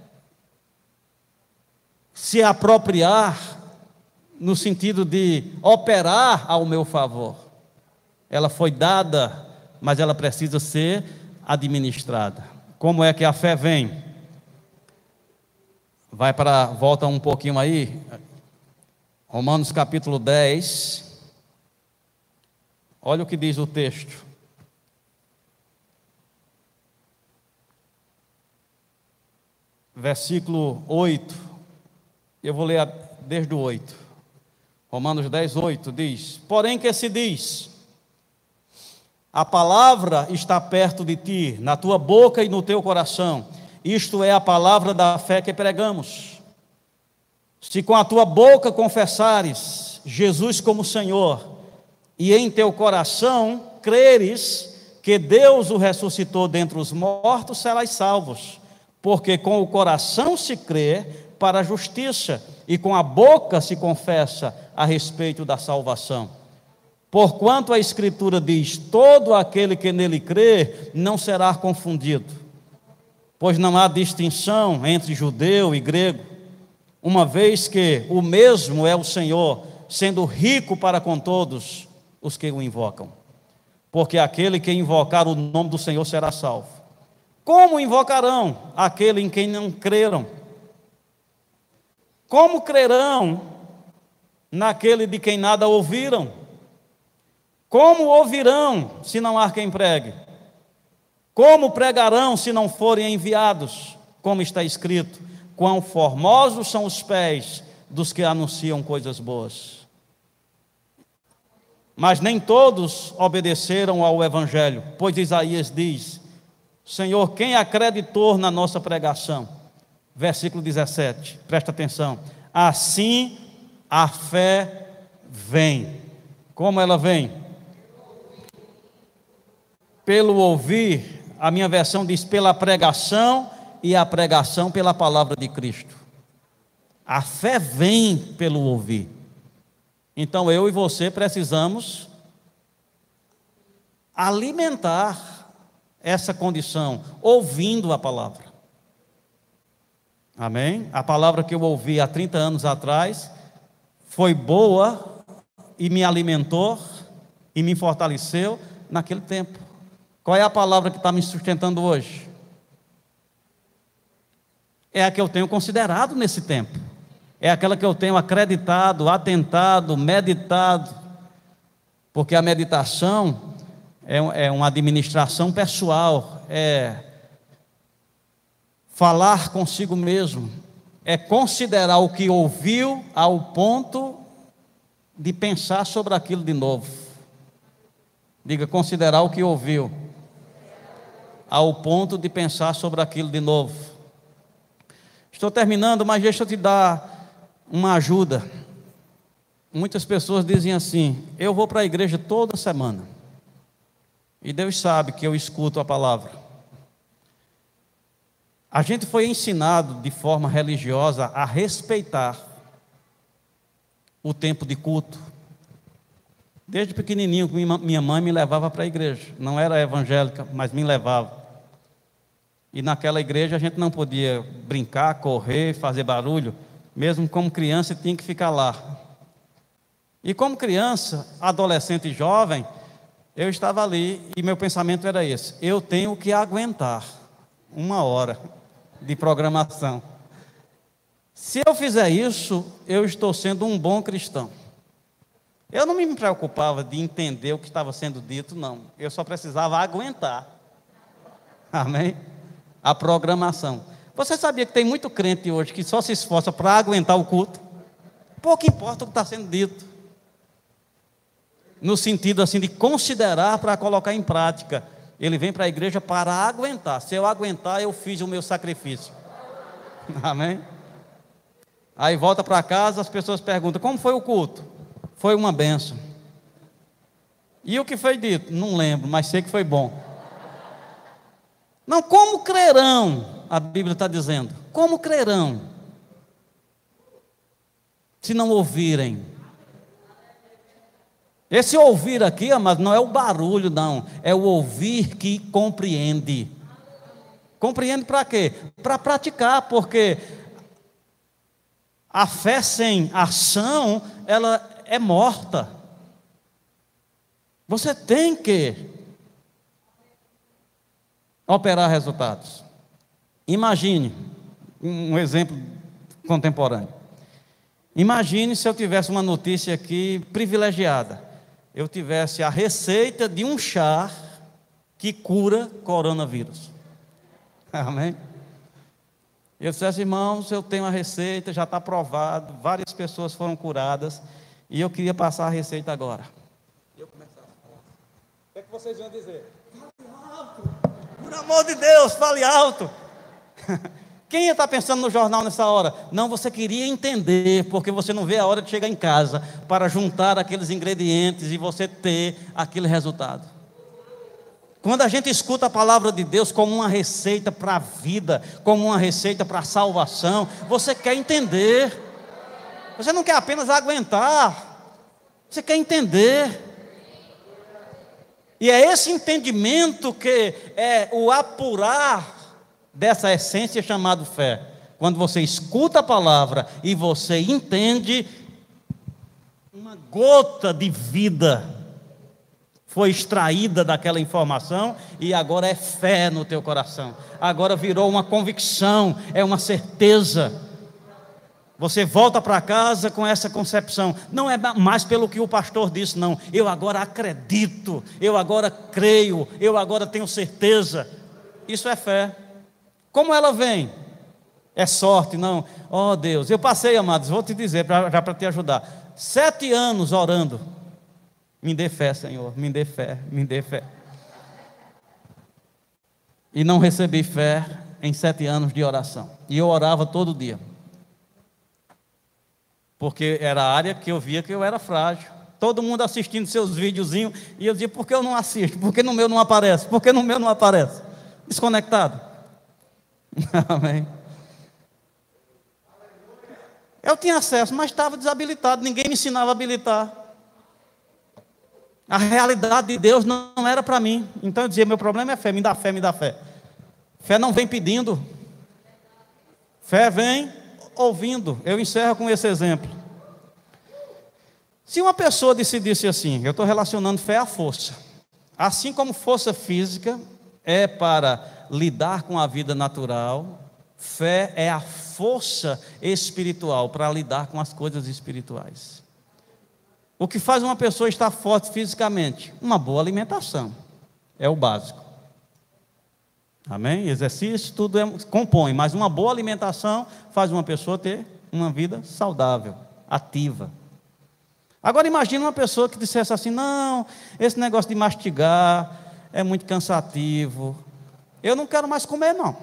se apropriar, no sentido de operar ao meu favor. Ela foi dada, mas ela precisa ser administrada. Como é que a fé vem? Vai para, volta um pouquinho aí, Romanos capítulo dez, olha o que diz o texto. Versículo oito, eu vou ler desde o oito. Romanos dez, oito diz: porém que se diz, a palavra está perto de ti, na tua boca e no teu coração, isto é a palavra da fé que pregamos. Se com a tua boca confessares Jesus como Senhor, e em teu coração creres que Deus o ressuscitou dentre os mortos, serás salvos. Porque com o coração se crê para a justiça, e com a boca se confessa a respeito da salvação. Porquanto a Escritura diz: todo aquele que nele crê não será confundido, pois não há distinção entre judeu e grego, uma vez que o mesmo é o Senhor, sendo rico para com todos os que o invocam. Porque aquele que invocar o nome do Senhor será salvo. Como invocarão aquele em quem não creram? Como crerão naquele de quem nada ouviram? Como ouvirão se não há quem pregue? Como pregarão se não forem enviados? Como está escrito: quão formosos são os pés dos que anunciam coisas boas. Mas nem todos obedeceram ao Evangelho, pois Isaías diz: Senhor, quem acreditou na nossa pregação? Versículo dezessete, presta atenção. Assim a fé vem. Como ela vem? Pelo ouvir. A minha versão diz pela pregação, e a pregação pela palavra de Cristo. A fé vem pelo ouvir. Então eu e você precisamos alimentar essa condição, ouvindo a palavra. Amém? A palavra que eu ouvi há trinta anos atrás foi boa e me alimentou e me fortaleceu naquele tempo. Qual é a palavra que está me sustentando hoje? É a que eu tenho considerado nesse tempo. É aquela que eu tenho acreditado, atentado, meditado. Porque a meditação é, é uma administração pessoal, é falar consigo mesmo, é considerar o que ouviu ao ponto de pensar sobre aquilo de novo. Diga, considerar o que ouviu ao ponto de pensar sobre aquilo de novo. Estou terminando, mas deixa eu te dar uma ajuda. Muitas pessoas dizem assim: eu vou para a igreja toda semana, e Deus sabe que eu escuto a palavra. A gente foi ensinado de forma religiosa a respeitar o tempo de culto. Desde pequenininho, minha mãe me levava para a igreja. Não era evangélica, mas me levava. E naquela igreja a gente não podia brincar, correr, fazer barulho. Mesmo como criança, tinha que ficar lá. E como criança, adolescente e jovem, eu estava ali e meu pensamento era esse: eu tenho que aguentar uma hora de programação. Se eu fizer isso, eu estou sendo um bom cristão. Eu não me preocupava de entender o que estava sendo dito, não. Eu só precisava aguentar. Amém? A programação. Você sabia que tem muito crente hoje que só se esforça para aguentar o culto? Pouco importa o que está sendo dito. No sentido assim de considerar para colocar em prática. Ele vem para a igreja para aguentar. Se eu aguentar, eu fiz o meu sacrifício. Amém? Aí volta para casa, as pessoas perguntam: como foi o culto? Foi uma bênção. E o que foi dito? Não lembro, mas sei que foi bom. Não, como crerão? A Bíblia está dizendo: como crerão se não ouvirem? Esse ouvir aqui, amado, não é o barulho, não. É o ouvir que compreende. Compreende para quê? Para praticar, porque a fé sem ação, ela é morta. Você tem que operar resultados. Imagine um exemplo contemporâneo. Imagine se eu tivesse uma notícia aqui privilegiada. Eu tivesse a receita de um chá que cura coronavírus. Amém? Eu dissesse: irmãos, eu tenho a receita, já está aprovado, várias pessoas foram curadas, e eu queria passar a receita agora. Eu começava a falar: o que é que vocês vão dizer? Fale alto, por amor de Deus, fale alto. Quem ia estar pensando no jornal nessa hora? Não, você queria entender, porque você não vê a hora de chegar em casa para juntar aqueles ingredientes e você ter aquele resultado. Quando a gente escuta a palavra de Deus como uma receita para a vida, como uma receita para a salvação, você quer entender. Você não quer apenas aguentar, você quer entender. E é esse entendimento que é o apurar dessa essência chamada fé. Quando você escuta a palavra e você entende, uma gota de vida foi extraída daquela informação e agora é fé no teu coração. Agora virou uma convicção, é uma certeza. Você volta para casa com essa concepção. Não é mais pelo que o pastor disse, não. Eu agora acredito, eu agora creio, eu agora tenho certeza. Isso é fé. Como ela vem? É sorte, não. Oh Deus, eu passei, amados, vou te dizer, pra, já para te ajudar. Sete anos orando. Me dê fé, Senhor, me dê fé, me dê fé. E não recebi fé em sete anos de oração. E eu orava todo dia. Porque era a área que eu via que eu era frágil. Todo mundo assistindo seus videozinhos. E eu dizia: por que eu não assisto? Por que no meu não aparece? Por que no meu não aparece? Desconectado. Amém. Eu tinha acesso, mas estava desabilitado. Ninguém me ensinava a habilitar. A realidade de Deus não, não era para mim. Então eu dizia: meu problema é fé, me dá fé, me dá fé. Fé não vem pedindo. Fé vem ouvindo. Eu encerro com esse exemplo. Se uma pessoa decidisse assim: eu estou relacionando fé à força. Assim como força física é para lidar com a vida natural, fé é a força espiritual para lidar com as coisas espirituais. O que faz uma pessoa estar forte fisicamente? Uma boa alimentação, é o básico. Amém? Exercício, tudo é, compõe, mas uma boa alimentação faz uma pessoa ter uma vida saudável, ativa. Agora imagine uma pessoa que dissesse assim: não, esse negócio de mastigar é muito cansativo, eu não quero mais comer, não.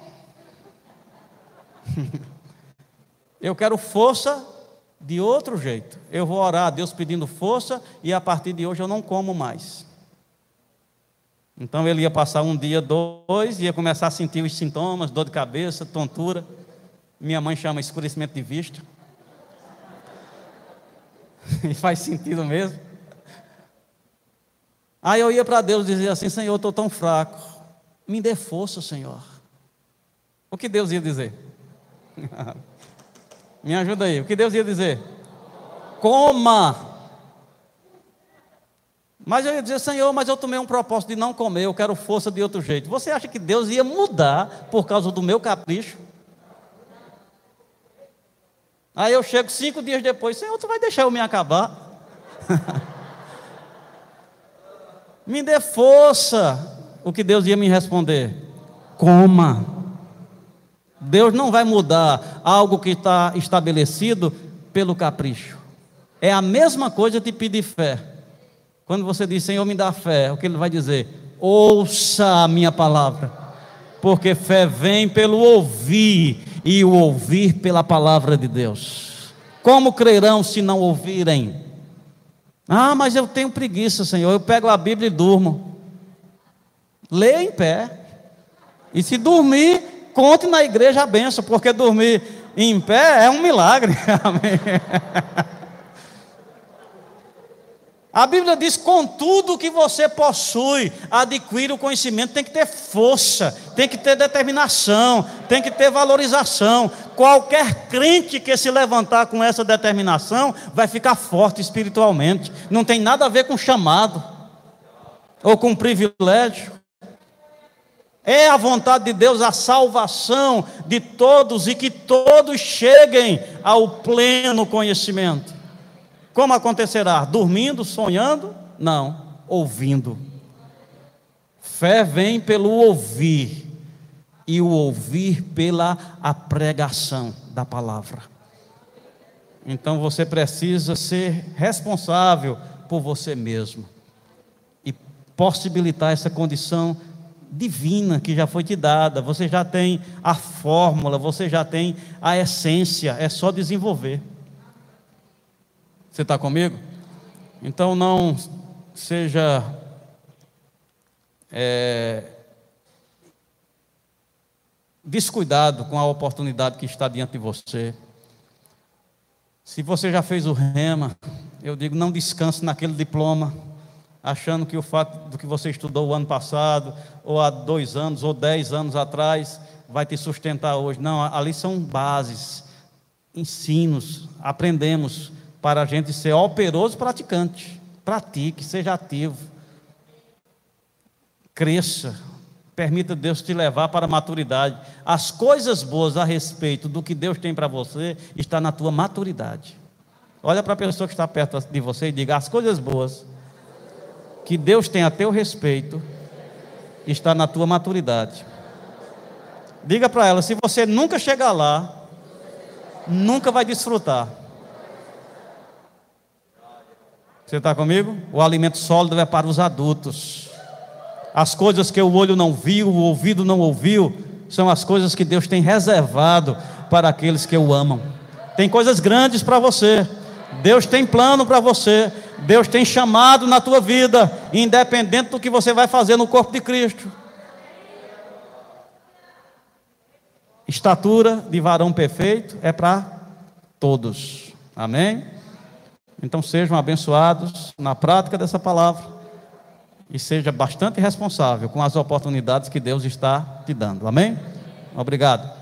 Eu quero força de outro jeito. Eu vou orar a Deus pedindo força e a partir de hoje eu não como mais. Então ele ia passar um dia, dois, ia começar a sentir os sintomas, dor de cabeça, tontura. Minha mãe chama escurecimento de vista. E faz sentido mesmo. Aí eu ia para Deus e dizia assim: Senhor, eu estou tão fraco, me dê força, Senhor. O que Deus ia dizer? Me ajuda aí, o que Deus ia dizer? Coma. Mas eu ia dizer: Senhor, mas eu tomei um propósito de não comer, eu quero força de outro jeito. Você acha que Deus ia mudar por causa do meu capricho? Aí eu chego cinco dias depois: Senhor, tu vai deixar eu me acabar? Me dê força. O que Deus ia me responder? Coma. Deus não vai mudar algo que está estabelecido pelo capricho. É a mesma coisa de pedir fé. Quando você diz: Senhor, me dá fé, o que Ele vai dizer? Ouça a minha palavra, porque fé vem pelo ouvir, e o ouvir pela palavra de Deus. Como crerão se não ouvirem? Ah, mas eu tenho preguiça, Senhor, eu pego a Bíblia e durmo. Lê em pé, e se dormir, conte na igreja a bênção, porque dormir em pé é um milagre. Amém. A Bíblia diz: com tudo que você possui, adquire o conhecimento. Tem que ter força, tem que ter determinação, tem que ter valorização. Qualquer crente que se levantar com essa determinação vai ficar forte espiritualmente. Não tem nada a ver com chamado ou com privilégio. É a vontade de Deus a salvação de todos, e que todos cheguem ao pleno conhecimento. Como acontecerá? Dormindo, sonhando? Não, ouvindo. Fé vem pelo ouvir, e o ouvir pela a pregação da palavra. Então você precisa ser responsável por você mesmo e possibilitar essa condição divina que já foi te dada. Você já tem a fórmula, você já tem a essência, é só desenvolver. Você está comigo? Então não seja é, descuidado com a oportunidade que está diante de você. Se você já fez o rema, eu digo: não descanse naquele diploma, achando que o fato do que você estudou o ano passado, ou há dois anos, ou dez anos atrás, vai te sustentar hoje. Não, ali são bases, ensinos, aprendemos para a gente ser operoso praticante. Pratique, seja ativo, cresça, permita Deus te levar para a maturidade. As coisas boas a respeito do que Deus tem para você está na tua maturidade. Olha para a pessoa que está perto de você e diga: as coisas boas que Deus tem a teu respeito está na tua maturidade. Diga para ela: se você nunca chegar lá, nunca vai desfrutar. Você está comigo? O alimento sólido é para os adultos. As coisas que o olho não viu, o ouvido não ouviu, são as coisas que Deus tem reservado para aqueles que o amam. Tem coisas grandes para você. Deus tem plano para você. Deus tem chamado na tua vida, independente do que você vai fazer no corpo de Cristo. Estatura de varão perfeito é para todos. Amém? Então sejam abençoados na prática dessa palavra e seja bastante responsável com as oportunidades que Deus está te dando. Amém? Obrigado.